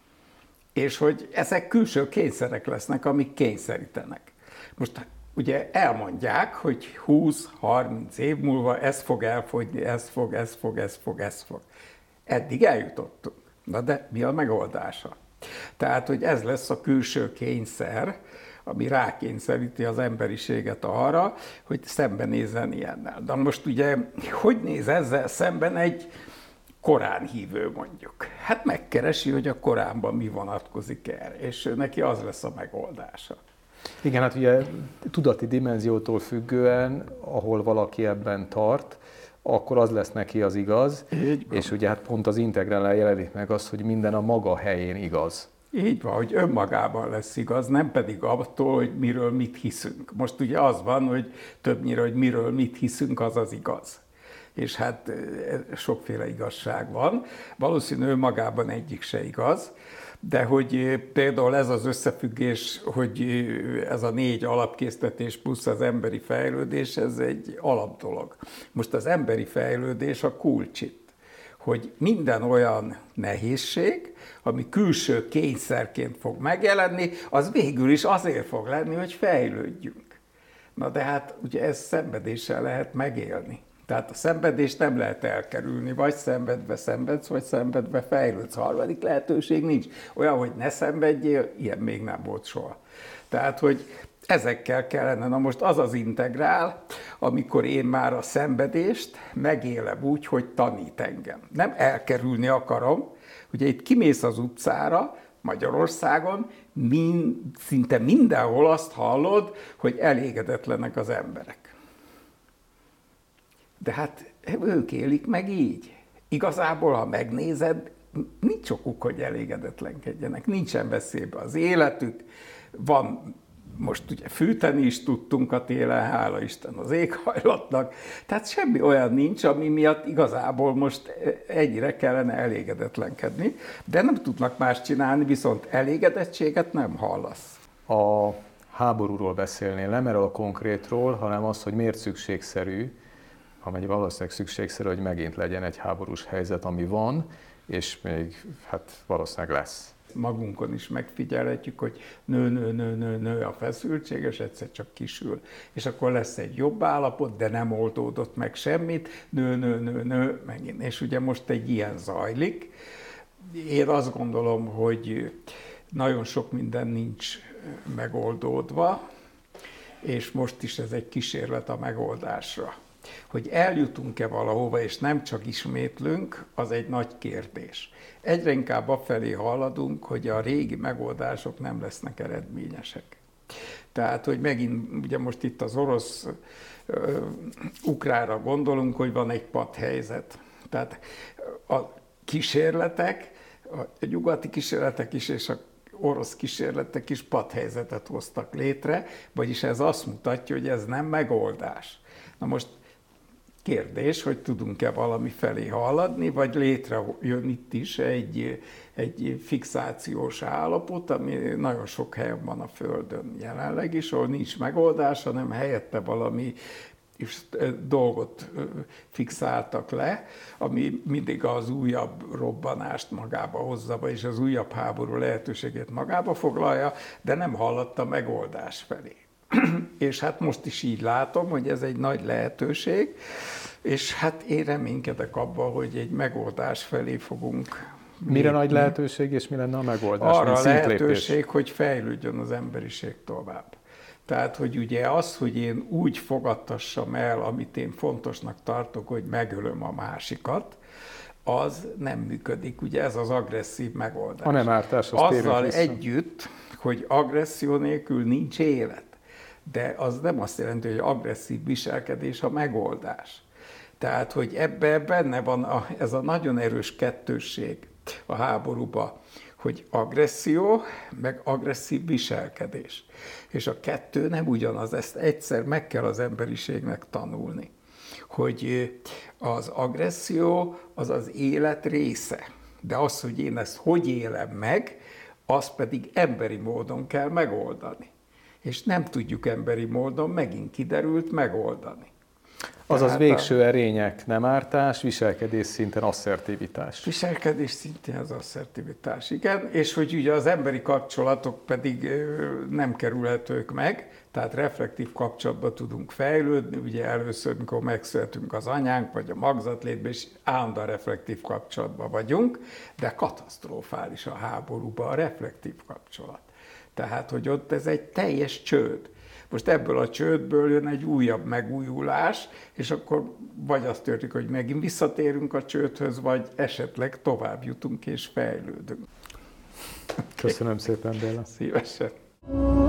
És hogy ezek külső kényszerek lesznek, amik kényszerítenek. Most ugye elmondják, hogy húsz-harminc év múlva ez fog elfogyni, ez fog, ez fog, ez fog, ez fog. Eddig eljutottunk. Na de mi a megoldása? Tehát, hogy ez lesz a külső kényszer, ami rákényszeríti az emberiséget arra, hogy szembenézzen ilyennel. De most ugye, hogy néz ezzel szemben egy Korán hívő mondjuk? Hát megkeresi, hogy a Koránban mi vonatkozik erre, és neki az lesz a megoldása. Igen, hát ugye tudati dimenziótól függően, ahol valaki ebben tart, akkor az lesz neki az igaz, és ugye hát pont az integrálnál jelenik meg az, hogy minden a maga helyén igaz. Így van, hogy önmagában lesz igaz, nem pedig attól, hogy miről mit hiszünk. Most ugye az van, hogy többnyire, hogy miről mit hiszünk, az az igaz. És hát sokféle igazság van. Valószínű önmagában egyik se igaz, de hogy például ez az összefüggés, hogy ez a négy alapkésztetés plusz az emberi fejlődés, ez egy alapdolog. Most az emberi fejlődés a kulcs itt, hogy minden olyan nehézség, ami külső kényszerként fog megjelenni, az végül is azért fog lenni, hogy fejlődjünk. Na de hát ugye ezt szenvedéssel lehet megélni. Tehát a szenvedést nem lehet elkerülni, vagy szenvedve szenvedsz, vagy szenvedve fejlődsz. Harmadik lehetőség nincs. Olyan, hogy ne szenvedjél, ilyen még nem volt soha. Tehát, hogy ezekkel kellene, na most az az integrál, amikor én már a szenvedést megélem úgy, hogy tanít engem. Nem elkerülni akarom, ugye itt kimész az utcára, Magyarországon, mind, szinte mindenhol azt hallod, hogy elégedetlenek az emberek. De hát ők élik meg így. Igazából, ha megnézed, nincs okuk, hogy elégedetlenkedjenek. Nincsen veszélybe az életük. Van, most ugye fűteni is tudtunk a télen, hála Isten az éghajlatnak. Tehát semmi olyan nincs, ami miatt igazából most egyre kellene elégedetlenkedni. De nem tudnak más csinálni, viszont elégedettséget nem hallasz. A háborúról beszélnél, nem erről a konkrétról, hanem az, hogy miért szükségszerű, amely valószínűleg szükségszerű, hogy megint legyen egy háborús helyzet, ami van, és még hát valószínűleg lesz. Magunkon is megfigyelhetjük, hogy nő, nő, nő, nő, nő a feszültség, és egyszer csak kisül. És akkor lesz egy jobb állapot, de nem oldódott meg semmit, nő, nő, nő, nő, megint. És ugye most egy ilyen zajlik. Én azt gondolom, hogy nagyon sok minden nincs megoldódva, és most is ez egy kísérlet a megoldásra. Hogy eljutunk-e valahova, és nem csak ismétlünk, az egy nagy kérdés. Egyre inkább afelé haladunk, hogy a régi megoldások nem lesznek eredményesek. Tehát, hogy megint, ugye most itt az orosz-ukránra gondolunk, hogy van egy patthelyzet. Tehát a kísérletek, a nyugati kísérletek is, és a orosz kísérletek is patthelyzetet hoztak létre, vagyis ez azt mutatja, hogy ez nem megoldás. Na most Kérdés, hogy tudunk-e valami felé haladni, vagy létrejön itt is egy, egy fixációs állapot, ami nagyon sok helyen van a Földön jelenleg is, ahol nincs megoldás, hanem helyette valami és dolgot fixáltak le, ami mindig az újabb robbanást magába hozza, és az újabb háború lehetőségét magába foglalja, de nem haladt a megoldás felé. És hát most is így látom, hogy ez egy nagy lehetőség, és hát én reménykedek abban, hogy egy megoldás felé fogunk Mire lépni. Nagy lehetőség, és mi lenne a megoldás? Arra a lehetőség, hogy fejlődjön az emberiség tovább. Tehát, hogy ugye az, hogy én úgy fogadtassam el, amit én fontosnak tartok, hogy megölöm a másikat, az nem működik. Ugye ez az agresszív megoldás. A nem ártás, az azzal együtt, hogy agresszió nélkül nincs élet. De az nem azt jelenti, hogy agresszív viselkedés a megoldás. Tehát, hogy ebben benne van a, ez a nagyon erős kettősség a háborúban, hogy agresszió, meg agresszív viselkedés. És a kettő nem ugyanaz, ezt egyszer meg kell az emberiségnek tanulni, hogy az agresszió az az élet része, de az, hogy én ezt hogy élem meg, azt pedig emberi módon kell megoldani. És nem tudjuk emberi módon, megint kiderült, megoldani. Azaz Tehát végső a... erények nem ártás, viselkedés szinten asszertivitás. Viselkedés szintén az asszertivitás, igen, és hogy ugye az emberi kapcsolatok pedig nem kerülhetők meg, tehát reflektív kapcsolatban tudunk fejlődni, ugye először, mikor megszületünk az anyánk, vagy a magzatlétben, és állandóan reflektív kapcsolatban vagyunk, de katasztrofális a háborúban a reflektív kapcsolat. Tehát, hogy ott ez egy teljes csőd. Most ebből a csődből jön egy újabb megújulás, és akkor vagy azt történik, hogy megint visszatérünk a csődhöz, vagy esetleg tovább jutunk és fejlődünk. Köszönöm szépen, Béla. Szívesen.